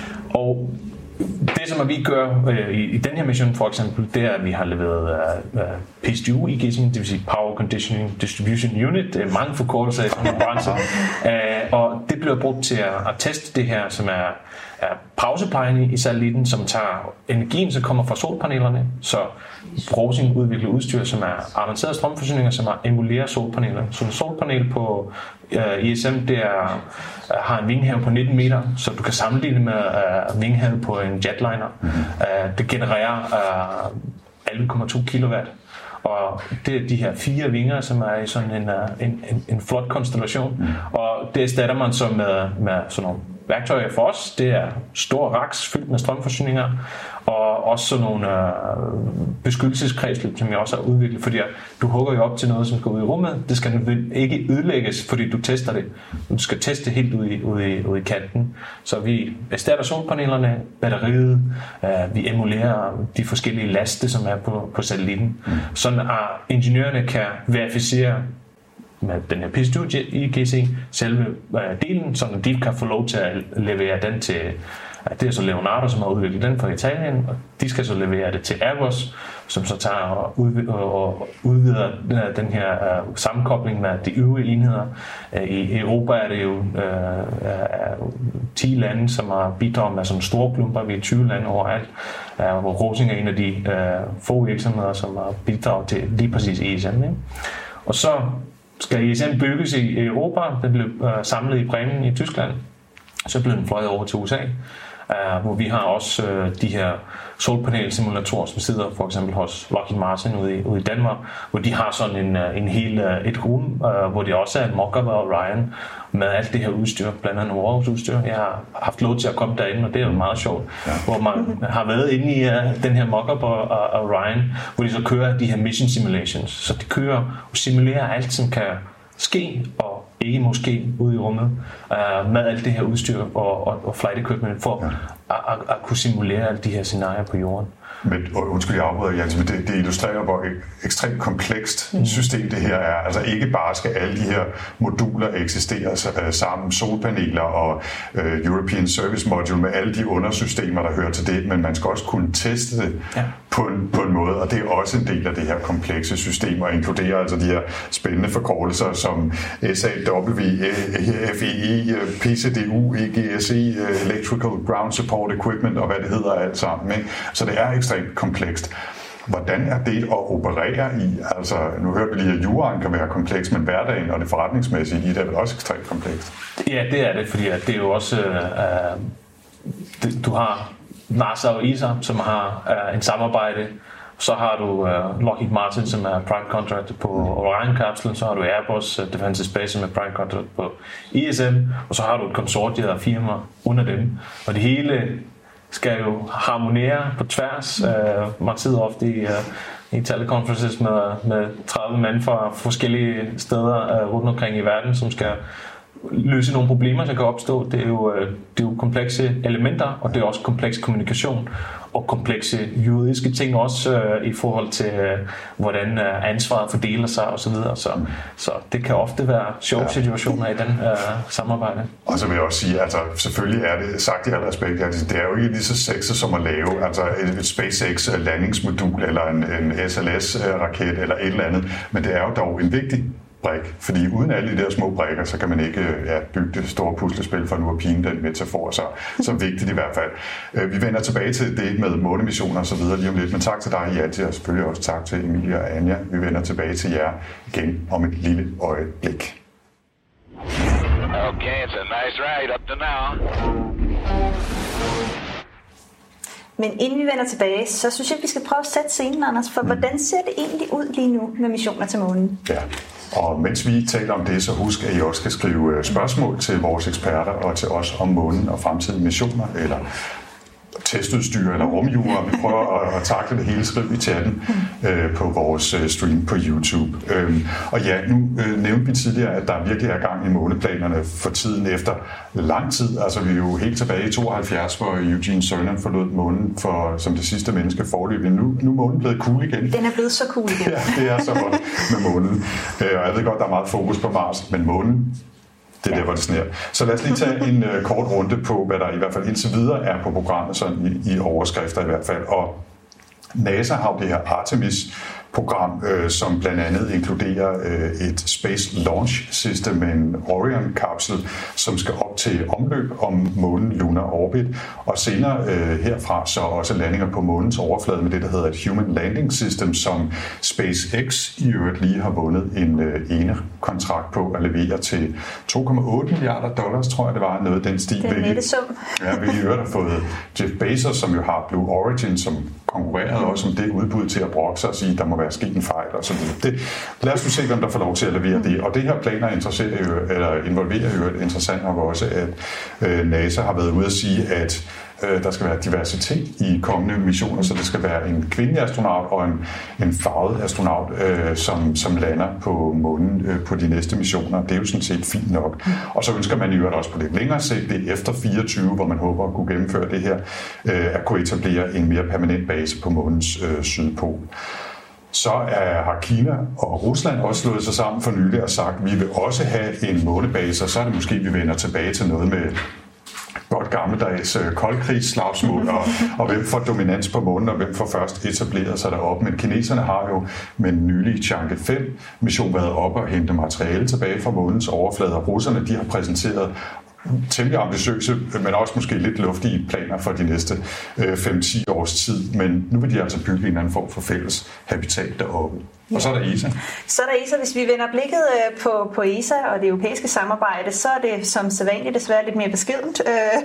og det, som vi gør uh, i, i den her mission for eksempel, det er, at vi har leveret uh, uh, P S D U i Gissing, det vil sige Power Conditioning Distribution Unit. Det er mange forkortelser i sådan en branche. Uh, og det bliver brugt til at, at teste det her, som er er pauseplejen i satellitten, som tager energien, som kommer fra solpanelerne. Så Rosing udvikler udstyr, som er avancerede strømforsyninger, som emulerer solpaneler. Så en solpanel på uh, I S M, det er, uh, har en vinghave på nitten meter, så du kan sammenligne med uh, vinghave på en jetliner. Uh, det genererer uh, elleve komma to kilowatt. Og det er de her fire vinger, som er i sådan en, en, en, en flot konstellation. Mm. Og det erstatter man så med, med sådan nogle værktøjer for os. Det er store raks fyldt med strømforsyninger, og også sådan nogle øh, beskyttelseskredsløb, som jeg også har udviklet, fordi du hugger jo op til noget, som skal ud i rummet. Det skal ikke ødelægges, fordi du tester det. Du skal teste helt ud i, ud i, ud i kanten. Så vi erstatter solpanelerne, batteriet, øh, vi emulerer de forskellige laste, som er på, på satellitten. Mm. Sådan at ingeniørerne kan verificere med den her P S to I G C, selve øh, delen, så de kan få lov til at levere den til, det er så Leonardo, som har udviklet den fra Italien, og de skal så levere det til Airbus, som så tager og, udv- og udvider den her, den her uh, sammenkobling med de øvrige enheder. Uh, I Europa er det jo uh, uh, ti lande, som har bidraget med sådan store klumper, vi er tyve lande overalt, uh, hvor Rosing er en af de uh, få virksomheder, som har bidraget til lige præcis E S M. Ikke? Og så skal E S M bygges i Europa. Den blev uh, samlet i Bremen i Tyskland. Så blev den fløjet over til U S A, uh, hvor vi har også uh, de her solpanelsimulatorer, som sidder for eksempel hos Lockheed Martin ude i, ude i Danmark, hvor de har sådan en, en hel, uh, et rum, uh, hvor det også er en mock-up af Orion med alt det her udstyr, blandt andet overvågningsudstyr. Jeg har haft lov til at komme derinde, og det er jo meget sjovt, ja. Hvor man har været inde i uh, den her mock-up af Orion, hvor de så kører de her mission simulations. Så de kører og simulerer alt, som kan ske og ikke måske ude i rummet uh, med alt det her udstyr og, og, og flight equipment for ja. at, at, at kunne simulere alle de her scenarier på jorden. Men, undskyld, jeg afbryder, Jens, men det, det illustrerer, hvor ekstremt komplekst mm. system det her er. Altså ikke bare skal alle de her moduler eksistere uh, sammen, solpaneler og uh, European Service Module med alle de undersystemer, der hører til det, men man skal også kunne teste det ja. på, en, på en måde, og det er også en del af det her komplekse system, og inkluderer altså de her spændende forkortelser som S A W, F E E, P C D U, E G S E, Electrical Ground Support Equipment og hvad det hedder alt sammen. Ikke? Så det er ekstremt komplekst. Hvordan er det at operere i? Altså, nu hørte vi lige, at juraen kan være kompleks, men hverdagen og det forretningsmæssige i det er vel også ekstremt komplekst? Ja, det er det, fordi det er jo også... Øh, det, du har NASA og E S A, som har øh, en samarbejde. Så har du uh, Lockheed Martin, som er prime contractor på Orion-kapslen. Så har du Airbus uh, Defense Space, som er prime contractor på E S M. Og så har du et konsortium af firmaer under dem. Og det hele skal jo harmonere på tværs. Uh, man sidder ofte i, uh, i teleconferences med, med tredive mand fra forskellige steder uh, rundt omkring i verden, som skal løse nogle problemer, der kan opstå. Det er jo, det er jo komplekse elementer, og det er også kompleks kommunikation og komplekse juridiske ting også øh, i forhold til, øh, hvordan øh, ansvaret fordeler sig osv. Så, videre. så, så det kan ofte være sjove situationer i den øh, samarbejde. Og så vil jeg også sige, altså selvfølgelig er det, sagt i al respekt, at det er jo ikke lige så sexet som at lave altså et, et SpaceX landingsmodul eller en, en S L S-raket eller et eller andet, men det er jo dog en vigtig brik, fordi uden alle de der små brikker, så kan man ikke ja, bygge det store puslespil for nu at pine den metafor, så, så vigtigt i hvert fald. Vi vender tilbage til det med månemissioner og så videre lige om lidt, men tak til dig, Jati, og selvfølgelig også tak til Emilia og Anja. Vi vender tilbage til jer igen om et lille øjeblik. Okay, it's a nice ride up to now. Men inden vi vender tilbage, så synes jeg, at vi skal prøve at sætte scenen, Anders, for mm. hvordan ser det egentlig ud lige nu med missioner til månen? Ja, og mens vi taler om det, så husk, at I også skal skrive spørgsmål til vores eksperter og til os om månen og fremtidige missioner, eller testudstyr eller rumjura. Vi prøver at, at takle det hele, skriv i chatten øh, på vores øh, stream på YouTube. Øhm, og ja, nu øh, nævnte vi tidligere, at der virkelig er gang i måneplanerne for tiden efter lang tid. Altså vi er jo helt tilbage i tooghalvfjerds, hvor Eugene Cernan forlod månen for, som det sidste menneske forløbig. Nu, nu er månen blevet cool igen. Den er blevet så cool igen. Ja, det er så godt med månen. Øh, og jeg ved godt, der er meget fokus på Mars, men månen, det er der, hvor det sner. Så lad os lige tage en uh, kort runde på, hvad der i hvert fald indtil videre er på programmet, sådan i, i overskrifter i hvert fald. Og NASA har det her Artemis-program, øh, som blandt andet inkluderer øh, et Space Launch System med en Orion-kapsel, som skal op til omløb om månen Lunar Orbit, og senere øh, herfra så også landinger på månens overflade med det, der hedder et Human Landing System, som SpaceX i øvrigt lige har vundet en øh, ene kontrakt på at levere til to komma otte milliarder dollars, tror jeg det var, noget den stil. Det er nette sum. Ja, vi i øvrigt har fået Jeff Bezos, som jo har Blue Origin, som konkurrerede også om det udbud til at brokke sig og sige, at der må være sket en fejl og så videre. Det, lad os nu se, hvem der får lov til at levere det. Og det her planer interesserer, eller involverer jo interessant nok også, at øh, NASA har været ude at sige, at øh, der skal være diversitet i kommende missioner, så det skal være en kvindelig astronaut og en, en farvet astronaut, øh, som, som lander på månen øh, på de næste missioner. Det er jo sådan set fint nok. Og så ønsker man i øvrigt også på lidt længere sigt, det er efter fireogtyve, hvor man håber at kunne gennemføre det her, øh, at kunne etablere en mere permanent base på månens øh, sydpol. Så er, har Kina og Rusland også slået sig sammen for nylig og sagt, at vi vil også have en månebase, og så er det måske, vi vender tilbage til noget med godt gammeldags koldkrigsslagsmål, og, og hvem får dominans på månen, og hvem får først etableret sig deroppe. Men kineserne har jo med den nylige Chang'e fem mission været oppe og hente materiale tilbage fra månens overflade, og russerne de har præsenteret temmelig ambitiøse, men også måske lidt luftige planer for de næste øh, fem til ti års tid. Men nu vil de altså bygge en anden form for fælles habitat deroppe. Og så er der E S A. Så er der E S A. Hvis vi vender blikket på, på E S A og det europæiske samarbejde, så er det som sædvanligt desværre lidt mere beskedent.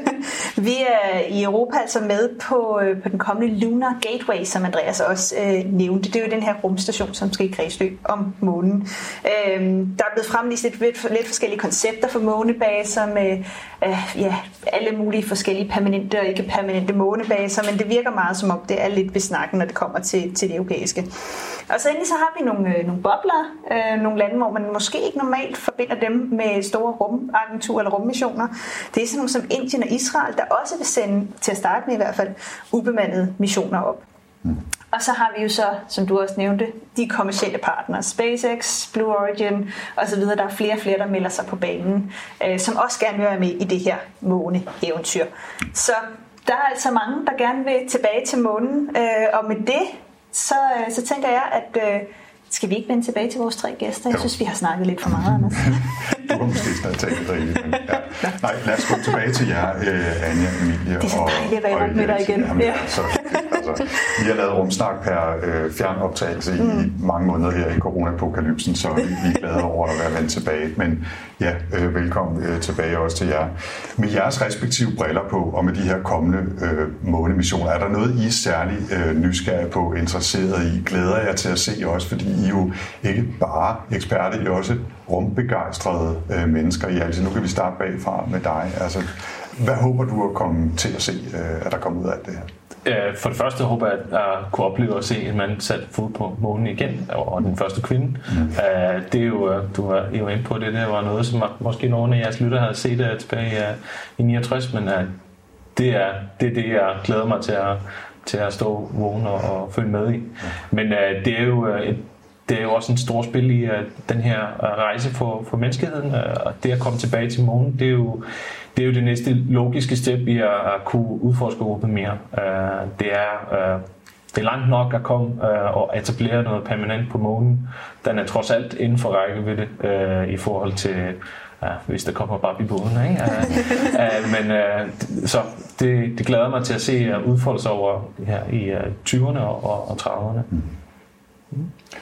Vi er i Europa altså med på, på den kommende Lunar Gateway, som Andreas også øh, nævnte. Det er jo den her rumstation, som skal i kredsløb om månen. Øh, der er blevet fremvist lidt, lidt, lidt forskellige koncepter for månebaser med øh, ja, alle mulige forskellige permanente og ikke permanente månebaser, men det virker meget som om det er lidt ved snakken, når det kommer til, til det europæiske. Og så endelig så har vi nogle, nogle bobler, øh, nogle lande, hvor man måske ikke normalt forbinder dem med store rumagenturer eller rummissioner. Det er sådan nogle som Indien og Israel, der også vil sende, til at starte med i hvert fald, ubemandede missioner op. Mm. Og så har vi jo så, som du også nævnte, de kommercielle partnere, SpaceX, Blue Origin osv. Der er flere og flere, der melder sig på banen, øh, som også gerne vil være med i det her måne-eventyr. Så der er altså mange, der gerne vil tilbage til månen, øh, og med det Så, så tænker jeg, at øh, skal vi ikke vende tilbage til vores tre gæster? Jeg synes, vi har snakket lidt for meget, Anders. Du har måske snart talt lidt rigtigt, men ja. Nej, lad os gå tilbage til jer, øh, Anja, Emilie. Det er så dejligt at være med dig igen. Jamen, ja. altså, altså, vi har lavet rumsnak per øh, fjernoptagelse mm. i mange måneder her i coronapokalypsen, så vi, vi er glade over at være vendt tilbage. Men ja, øh, velkommen øh, tilbage også til jer. Med jeres respektive briller på, og med de her kommende øh, månemissioner, er der noget, I er særlig øh, nysgerrige på, interesseret i, glæder jer til at se også, fordi I er jo ikke bare eksperter, I er også rumbegejstrede øh, mennesker. I altså, nu kan vi starte bagfra med dig. Altså, hvad håber du at komme til at se, øh, at der kommer ud af det her? For det første håber jeg, at jeg kunne opleve at se en mand sat fod på månen igen, og den første kvinde. Mm. Det er jo, du var jo inde på det, det var noget, som måske nogle af jeres lytter havde set tilbage i niogtres, men det er det, er det jeg glæder mig til at, til at stå vågen og, og følge med i. Men det er jo et Det er jo også en stor spil i uh, den her uh, rejse for, for menneskeheden, uh, og det at komme tilbage til månen, det er jo det, er jo det næste logiske step i at, at kunne udforske Europa mere. Uh, det, er, uh, det er langt nok at komme uh, og etablere noget permanent på månen. Den er trods alt inden for rækkevidde uh, i forhold til, uh, hvis der kommer bare i båden. Ikke? Uh, uh, men uh, så det, det glæder mig til at se uh, udfolde sig over her i uh, tyverne og, og trediverne. Mm. Mm.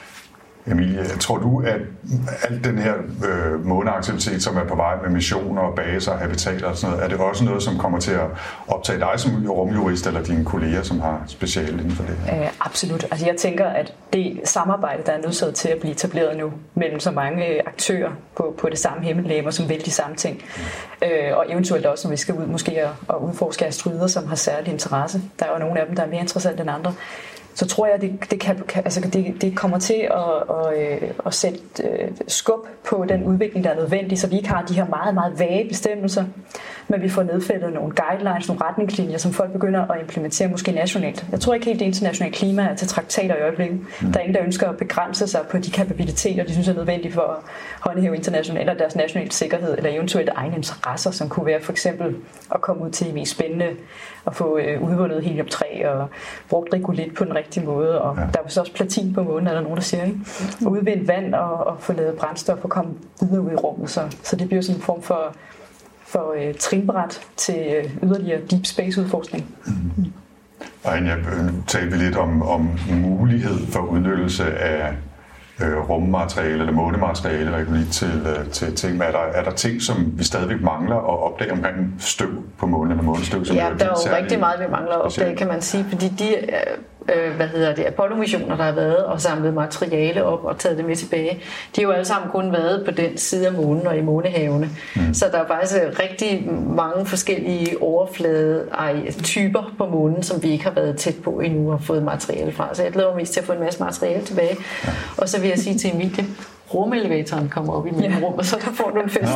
Emilie, tror du, at al den her øh, måneaktivitet, som er på vej med missioner og baser og habitater og sådan noget, er det også noget, som kommer til at optage dig som rumjurist eller dine kolleger, som har speciale inden for det her? Øh, absolut. Altså jeg tænker, at det samarbejde, der er nødt til at blive etableret nu mellem så mange aktører på, på det samme himmellegeme, som vil de samme ting, mm. øh, og eventuelt også, når vi skal ud måske at, at udforske asteroider, som har særlig interesse. Der er jo nogle af dem, der er mere interessante end andre. Så tror jeg, det, det, kan, altså det, det kommer til at, at, at sætte skub på den udvikling, der er nødvendig, så vi ikke har de her meget, meget vage bestemmelser, men vi får nedfældet nogle guidelines, nogle retningslinjer, som folk begynder at implementere måske nationalt. Jeg tror ikke helt, det internationale klima er til traktater i øjeblikket. Mm. Der er ingen, der ønsker at begrænse sig på de kapabiliteter, de synes er nødvendige for at håndhæve internationalt eller deres nationale sikkerhed, eller eventuelt egne interesser, som kunne være for eksempel at komme ud til det mest spændende, at få øh, udvundet helium tre og brugt regolith på den rigtige måde. Og ja. Der er også platin på månen, er der nogen, der siger, ikke? Og udvinde vand og, og få lavet brændstof og komme videre ud i rummet. Så, så det bliver sådan en form for for øh, trinbræt til øh, yderligere deep space udforskning. Mm. Og jeg talte vi lidt om, om mulighed for udnyttelse af øh, rummateriale eller månemateriale til, øh, til ting. Er der, er der ting, som vi stadigvæk mangler at opdage omkring støv på månen eller månestøv? Som ja, er der er jo særlig rigtig meget, vi mangler at opdage, kan man sige, fordi de øh, hvad hedder det, Apollo-missioner, der har været og samlet materiale op og taget det med tilbage, de har jo alle sammen kun været på den side af månen og i månehavene. Mm. Så der er faktisk rigtig mange forskellige overflade-typer på månen, som vi ikke har været tæt på endnu og fået materiale fra. Så jeg glæder mig mest til at få en masse materiale tilbage. Ja. Og så vil jeg sige til Emilie, rumelevatoren kommer op i mellemrummet, så der får du en fest.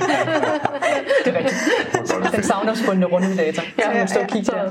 Det er rigtigt. Den savnomsbundne rumelevatorer. Ja, ja, ja, stå og kigge der.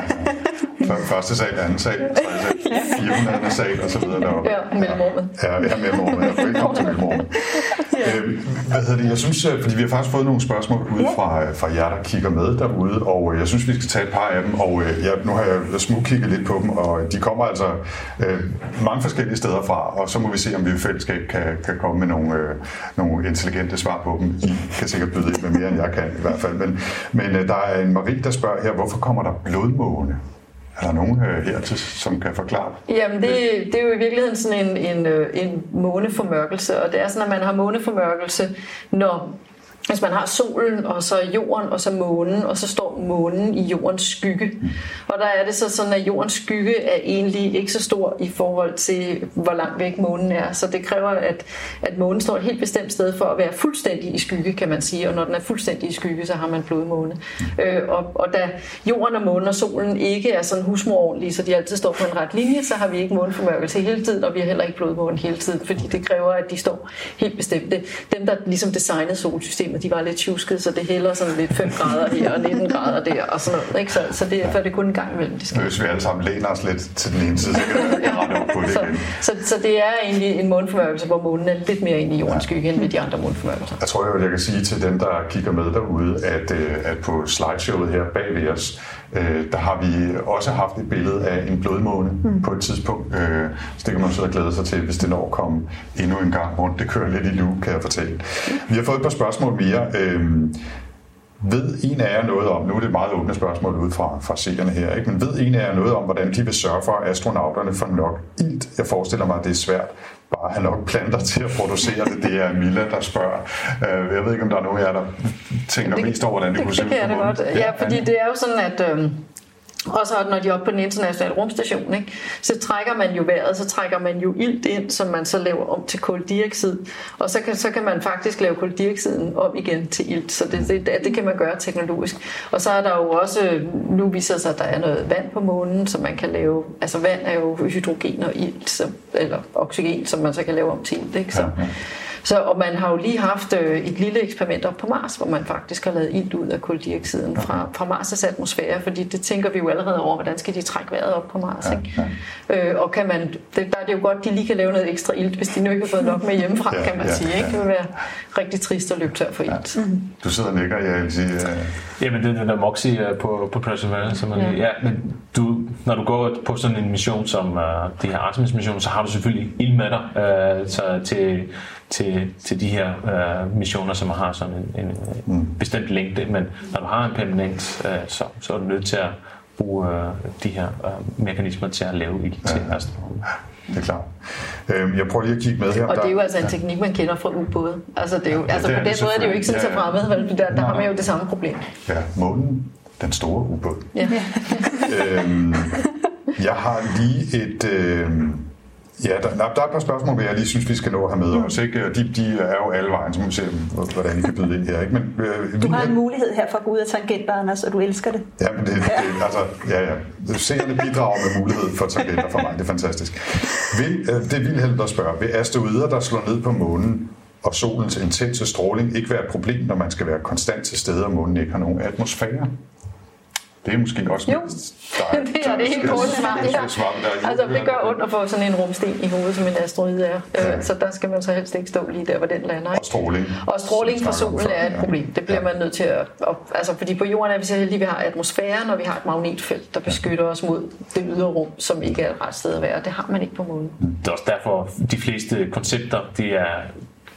Første sal, anden sal, tredje sal, fire hundrede sal og så videre deroppe. Ja, mellemrummet. Ja, ja, mellemrummet. Ja, velkommen til mellemrummet. Øh, hvad hedder det? Jeg synes, fordi vi har faktisk fået nogle spørgsmål ude fra, fra jer, der kigger med derude, og jeg synes, vi skal tage et par af dem, og jeg, nu har jeg smugkigget lidt på dem, og de kommer altså øh, mange forskellige steder fra, og så må vi se, om vi i fællesskab kan, kan komme med nogle, øh, nogle intelligente svar på dem. I kan sikkert byde ind med mere, end jeg kan i hvert fald. Men, men øh, der er en Marie, der spørger her, hvorfor kommer der blodmåne? Er der nogen øh, her, til, som kan forklare? Jamen, det, det er jo i virkeligheden sådan en, en, en måneformørkelse, og det er sådan, at man har måneformørkelse, når hvis man har solen, og så jorden, og så månen, og så står månen i jordens skygge. Og der er det så sådan, at jordens skygge er egentlig ikke så stor i forhold til, hvor langt væk månen er. Så det kræver, at, at månen står et helt bestemt sted for at være fuldstændig i skygge, kan man sige. Og når den er fuldstændig i skygge, så har man blodmåne. Øh, og, og da jorden og månen og solen ikke er sådan husmorordentlige, så de altid står på en ret linje, så har vi ikke måneformørkelse hele tiden, og vi har heller ikke blodmåne hele tiden, fordi det kræver, at de står helt bestemte. Dem, der ligesom designede solsystemet, de var lidt tjuskede, så det hælder sådan lidt fem grader her og nitten grader der og sådan noget. Ikke? Så, så det er for det kun en gang imellem. Det Hvis vi alle sammen læner os lidt til den ene side, så kan vi rette op på det så, igen. Så, så det er egentlig en måneformørkelse, hvor månen er lidt mere inde i jordens skygge end ved de andre måneformørkelser. Jeg tror, jeg, jeg kan sige til dem, der kigger med derude, at, at på slideshowet her bag ved os, der har vi også haft et billede af en blodmåne mm. på et tidspunkt. Så det kan man så glæde sig til, hvis det når kommer endnu en gang rundt. Det kører lidt i loop, kan jeg fortælle. Vi har fået et par spørgsmål mere. Ved en af jer noget om, nu er det et meget åbne spørgsmål ude fra, fra seerne her, ikke? Men ved en af jer noget om, hvordan de vil sørge for, at astronauterne får nok ilt? Jeg forestiller mig, at det er svært bare at have nok planter til at producere det. Det er Milla, der spørger. Jeg ved ikke, om der er nogen af jer, der tænker det, mest over, hvordan det, det kunne se ud. Det kan jeg det godt. Ja, fordi det er jo sådan, at... Øh... Og så når de er oppe på den internationale rumstation, ikke, så trækker man jo vejret, så trækker man jo ilt ind, som man så laver om til kuldioxid. Og så kan, så kan man faktisk lave kuldioxiden om igen til ilt. Så det, det, det kan man gøre teknologisk. Og så er der jo også, nu viser det sig, at der er noget vand på månen, som man kan lave. Altså vand er jo hydrogen og ilt, så, eller oxygen, som man så kan lave om til ilt. Ikke? Så, så, og man har jo lige haft øh, et lille eksperiment op på Mars, hvor man faktisk har lavet ilt ud af kuldioxiden fra, fra Mars' atmosfære, fordi det tænker vi jo allerede over, hvordan skal de trække vejret op på Mars. Ikke? Ja, ja. Øh, og kan man, det, der er det jo godt, at de lige kan lave noget ekstra ilt, hvis de nu ikke har fået nok med hjemmefra, ja, kan man ja, sige. Ikke? Det vil være rigtig trist at løbe tør for ilt. Ja. Mm. Du sidder og nikker, jeg vil sige... Uh... Jamen, det er den der Moxie på, på Perseverance. Man, ja. Ja, men du, når du går på sådan en mission som uh, de her Artemis-missioner, så har du selvfølgelig ild med dig uh, så til, til, til de her uh, missioner, som har sådan en, en mm. bestemt længde. Men når du har en permanent, uh, så, så er du nødt til at bruge uh, de her uh, mekanismer til at lave ild ja. til astronomer. Det er klart. Jeg prøver lige at kigge med her. Og det er jo altså en teknik, man kender fra ubåde. Altså, det er jo, ja, altså det er på den måde er det jo ikke sådan så fremmed, der, der har man jo det samme problem. Ja, månen, den store ubåd. Ja. øhm, jeg har lige et... Øh, ja, der, der er et par spørgsmål, hvor jeg lige synes, vi skal nå at have med mm. os. Ikke? De, de er jo alle vejen, så må vi se, hvordan I kan byde ind her. Ikke? Men, øh, du har en mulighed her for at gå ud af tangenter, Anders, og du elsker det. Ja, men det, det altså, ja, ja. Seerne bidrager med mulighed for tangenter for mig. Det er fantastisk. Vil, øh, det er Vilhelm, der spørger. Vil asteroider, der slår ned på månen, og solens intense stråling ikke være et problem, når man skal være konstant til stede, og månen ikke har nogen atmosfære? Det er måske også... Jo, der, det er det helt korte svar. Ja. Altså, det gør ondt at få sådan en rumsten i hovedet, som en asteroide er. Ja. Så der skal man så helst ikke stå lige der, hvor den lander. Ikke? Og stråling. Og stråling fra solen er et problem. Det bliver man nødt til at... Altså, fordi på jorden er vi så heldige, at vi har atmosfæren, og vi har et magnetfelt, der beskytter os mod det ydre rum, som ikke er et ret sted at være. Det har man ikke på månen. Det er også derfor, de fleste koncepter, det er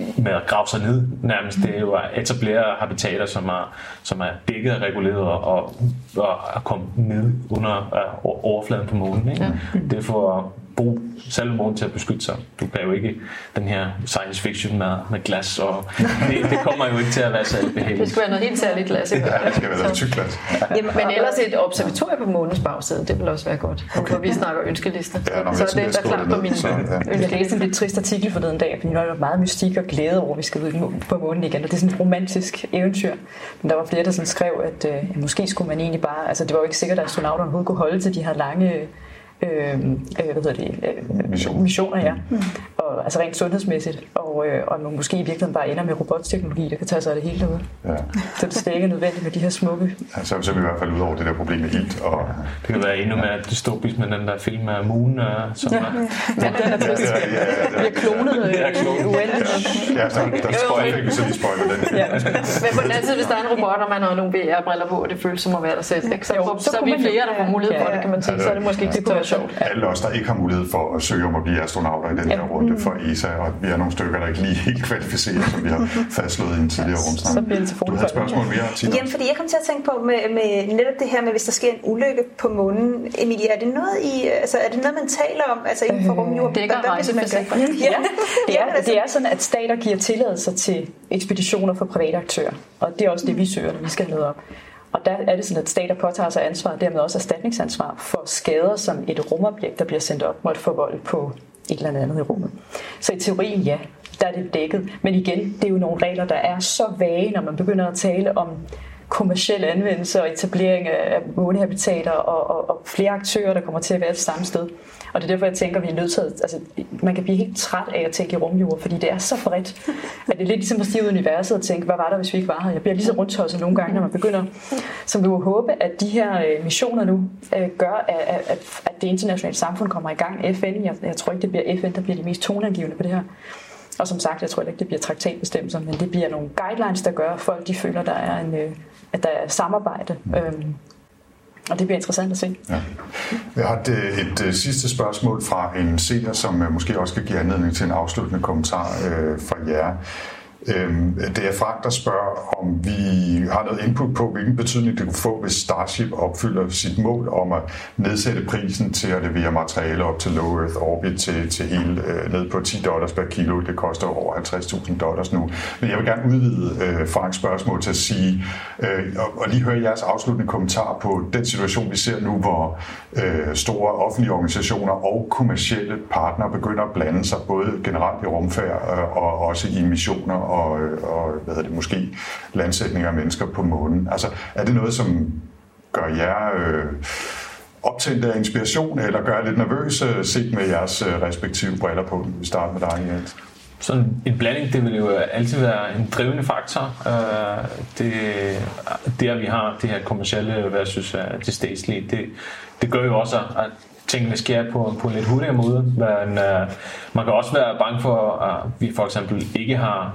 med at grave sig ned nærmest. Det er jo at etablere habitater, som er, som er dækket og reguleret og, og at komme ned under uh, overfladen på månen. Ikke? Ja. Det er for at bruge selve månen til at beskytte sig. Du kan jo ikke den her science fiction med, med glas, og det, det kommer jo ikke til at være særlig behageligt. Det skal være noget helt særligt glas. Ja, det skal være noget tyk glas. Jamen, men ellers et observatorium på månens bagside, det vil også være godt. Okay. Hvor vi snakker ønskelister. Ja, når så er det der klart på min ønskeliste. Jeg læste en lidt trist artikel forleden dag, fordi der var meget mystik og glæde over, at vi skal ud på månen igen. Og det er sådan et romantisk eventyr. Men der var flere, der sådan skrev, at øh, måske skulle man egentlig bare... Altså, det var jo ikke sikkert, at astronauterne overhovedet kunne holde til de her lange... Øh, hvad hedder det, øh, Mission. missioner, ja. Mm. Og, altså rent sundhedsmæssigt, og, øh, og man måske i virkeligheden bare ender med robotteknologi, der kan tage sig af det hele derude. Ja. Så det er ikke nødvendigt med de her smukke... Ja, så, så er vi i hvert fald ud over det der problem med ilt. Og... Det kan være endnu mere dystopisk med den der film af Moon, uh, som ja. Er... Ja, den er trist. Ja, ja, ja, ja. Vi har klonet uendeligt. Ja, så der spoiler vi, så vi spoiler den. Ja. Men på den anden side, hvis der er en robot, og man har nogle V R-briller på, og det føles som at være der selv, ikke? Så, jo, så, så er vi flere, der får mulighed for det, kan man sige. Så er det måske ikke det, der sjovt. Alle os, der ikke har mulighed for at søge om at blive astronauter i den her runde for E S A, og vi er nogle stykker, der ikke lige helt kvalificerer, som vi har fastslået i en tidligere rumsnak. Du havde et spørgsmål mere, Tina? Jamen, fordi jeg kom til at tænke på med, med netop det her med, hvis der sker en ulykke på månen. Emilie, er det noget, I, altså, er det noget man taler om altså inden for rumjorden? Det er rejseforsikring. Ja, det er, det er sådan, at stater giver tilladelser til ekspeditioner for private aktører, og det er også det, vi søger, når vi skal noget op. Og der er det sådan, at stater påtager sig ansvar, og dermed også erstatningsansvar for skader, som et rumobjekt, der bliver sendt op, måtte forvolde på et eller andet i rummet. Så i teorien, ja, der er det dækket. Men igen, det er jo nogle regler, der er så vage, når man begynder at tale om kommerciel anvendelse og etablering af månehabitater og, og, og flere aktører, der kommer til at være til samme sted. Og det er derfor, jeg tænker, at vi er nødt til at, altså, man kan blive helt træt af at tænke i rumjord, fordi det er så bredt, at det er lidt ligesom at stige ud i universet og tænke, hvad var der, hvis vi ikke var her? Jeg bliver lige så rundtosset nogle gange, når man begynder, som vi jo håbe, at de her missioner nu øh, gør, at, at, at det internationale samfund kommer i gang. F N, jeg, jeg tror ikke, det bliver F N, der bliver de mest toneangivende på det her. Og som sagt, jeg tror ikke, det bliver traktatbestemmelser, men det bliver nogle guidelines, der gør, at folk de føler, der er en, at der er samarbejde. Øhm, og det bliver interessant at se. Ja. Jeg har et, et, et sidste spørgsmål fra en seer, som måske også kan give anledning til en afsluttende kommentar øh, fra jer. Det er Frank, der spørger, om vi har noget input på, hvilken betydning det kunne få, hvis Starship opfylder sit mål om at nedsætte prisen til at levere materiale op til Low Earth Orbit til, til helt øh, ned på ti dollars per kilo. Det koster over halvtreds tusind dollars nu. Men jeg vil gerne udvide øh, Franks spørgsmål til at sige, øh, og, og lige høre jeres afsluttende kommentar på den situation, vi ser nu, hvor øh, store offentlige organisationer og kommercielle partnere begynder at blande sig, både generelt i rumfærd øh, og også i missioner og, og hvad hedder det, måske landsætninger af mennesker på månen. Altså, er det noget, som gør jer øh, optændt af inspiration, eller gør jer lidt nervøs, set med jeres øh, respektive briller på? Vi starter med dig, Jens. Sådan en blanding, det vil jo altid være en drivende faktor. Det, det at vi har det her kommercielle versus det statslige, det, det gør jo også, at tingene sker på, på en lidt hurtigere måde. Men man kan også være bange for, at vi for eksempel ikke har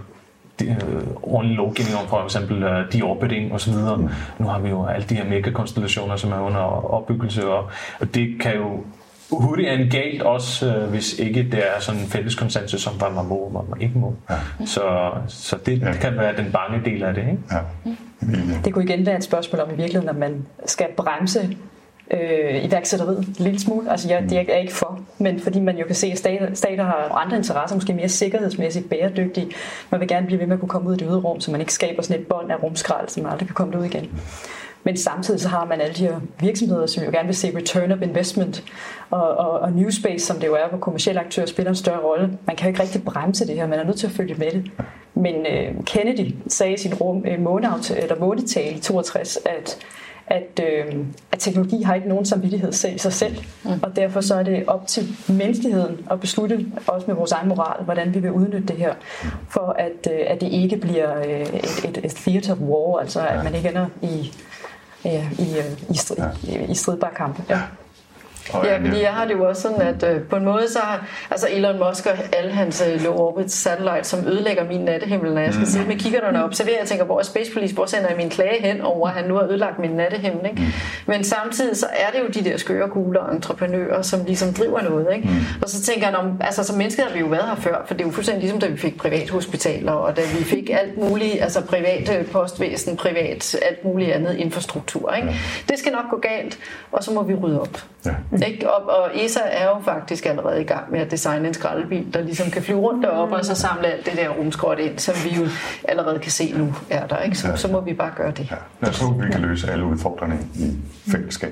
ordentlig lovgivning om for eksempel deorbiting og så videre. Mm. Nu har vi jo alle de her megakonstellationer, som er under opbyggelse, og, og det kan jo hurtigt er en galt også, hvis ikke det er sådan en fælles konsensus som hvad man må og hvad man ikke må. Ja. Så, så det, ja. det kan være den bange del af det. Ikke? Ja. Det kunne igen være et spørgsmål om i virkeligheden, at man skal bremse øh, iværksætteriet en lille smule. Altså jeg, det er jeg ikke for, men fordi man jo kan se, at stater, stater har andre interesser, måske mere sikkerhedsmæssigt bæredygtige. Man vil gerne blive ved med at kunne komme ud i det ydre rum, så man ikke skaber sådan et bånd af rumskrald, så man aldrig kan komme ud igen. Men samtidig så har man alle de her virksomheder, som jo gerne vil se return of investment, og, og, og new space, som det jo er, hvor kommercielle aktører spiller en større rolle. Man kan jo ikke rigtig bremse det her, man er nødt til at følge med det. Men øh, Kennedy sagde i sin rum, øh, måneaftale, eller månetale i toogtres, at, at, øh, at teknologi har ikke nogen samvittighed selv i sig selv, mm. og derfor så er det op til menneskeligheden at beslutte, også med vores egen moral, hvordan vi vil udnytte det her, for at, øh, at det ikke bliver øh, et, et, et theater of war, altså at man ikke ender i Ja, i, i, strid, ja. i stridbare kampe. Ja. Ja, fordi jeg har det jo også sådan, at øh, på en måde så har altså Elon Musk og alle hans øh, low orbit satellites, som ødelægger min nattehimmel, når jeg skal mm. sidde med kikkerterne og observere. Jeg tænker, hvor er Space Police, hvor sender jeg min klage hen over, at han nu har ødelagt min nattehimmel, ikke? Mm. Men samtidig så er det jo de der skøre kugler og entreprenører, som ligesom driver noget, ikke? Mm. Og så tænker jeg, om, altså som mennesker har vi jo været her før, for det er jo fuldstændig ligesom, da vi fik privathospitaler, og da vi fik alt muligt, altså privat postvæsen, privat, alt muligt andet infrastruktur, ikke? Ja. Det skal nok gå galt, og så må vi rydde op. Ja. Ikke? Og, og E S A er jo faktisk allerede i gang med at designe en skraldebil, der ligesom kan flyve rundt deroppe og så samle alt det der rumskrot ind, som vi jo allerede kan se nu er der. Ikke? Så, ja. så må vi bare gøre det. Ja. Lad os håbe, vi kan løse alle udfordringer i fællesskab.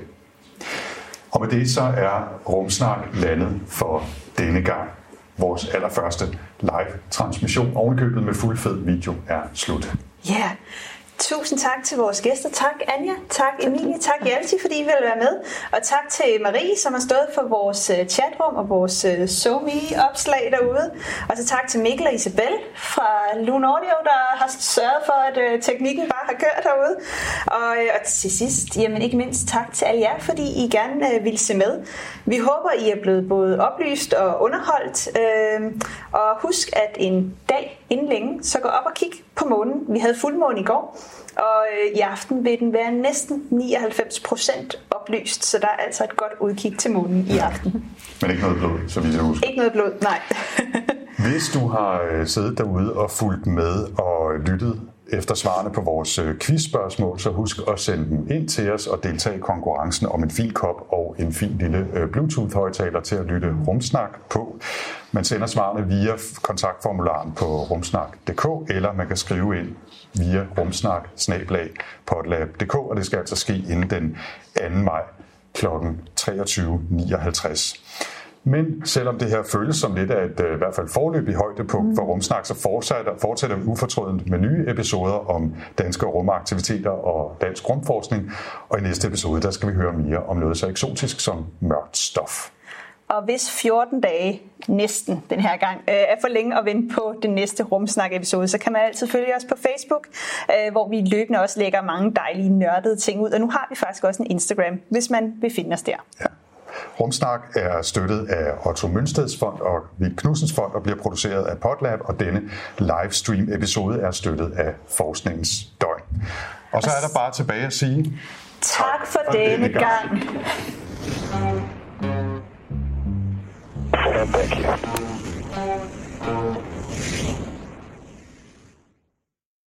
Og med det så er Rumsnak landet for denne gang. Vores allerførste live-transmission ovenikøbet med fuldfed video er slut. Ja, yeah. Tusind tak til vores gæster. Tak Anja, tak Emilie, tak Hjalti, fordi I ville være med. Og tak til Marie, som har stået for vores chatrum og vores SoMe-opslag derude. Og så tak til Mikkel og Isabel fra Lune Audio, der har sørget for, at teknikken bare har kørt derude. Og, og til sidst, jamen ikke mindst tak til alle jer, fordi I gerne ville se med. Vi håber, I er blevet både oplyst og underholdt. Og husk, at en dag inden længe, så gå op og kig på månen. Vi havde fuldmåne i går. Og øh, i aften vil den være næsten nioghalvfems procent oplyst, så der er altså et godt udkig til månen i aften. Men ikke noget blod, så vidt jeg husker. Ikke noget blod, nej. Hvis du har øh, siddet derude og fulgt med og lyttet efter svarene på vores øh, quizspørgsmål, så husk at sende dem ind til os og deltage i konkurrencen om en fin kop og en fin lille øh, Bluetooth-højtaler til at lytte Rumsnak på. Man sender svarene via kontaktformularen på rumsnak punktum d k, eller man kan skrive ind via rumsnak snabel-a podlab punktum d k, og det skal altså ske inden den anden maj klokken treogtyve nioghalvtreds. Men selvom det her føles som lidt af et i hvert fald forløbig højdepunkt for Rumsnak, så fortsætter, fortsætter vi ufortrødent med nye episoder om danske rumaktiviteter og dansk rumforskning. Og i næste episode, der skal vi høre mere om noget så eksotisk som mørkt stof. Og hvis fjorten dage, næsten den her gang, er for længe at vente på den næste Rumsnak-episode, så kan man altid følge os på Facebook, hvor vi løbende også lægger mange dejlige nørdede ting ud. Og nu har vi faktisk også en Instagram, hvis man vil finde os der. Ja. Rumsnak er støttet af Otto Mønsteds Fond og Vig Knudsens Fond og bliver produceret af Podlab, og denne livestream-episode er støttet af Forskningens Døgn. Og så er der bare tilbage at sige tak for, for denne gang. gang. Thank you.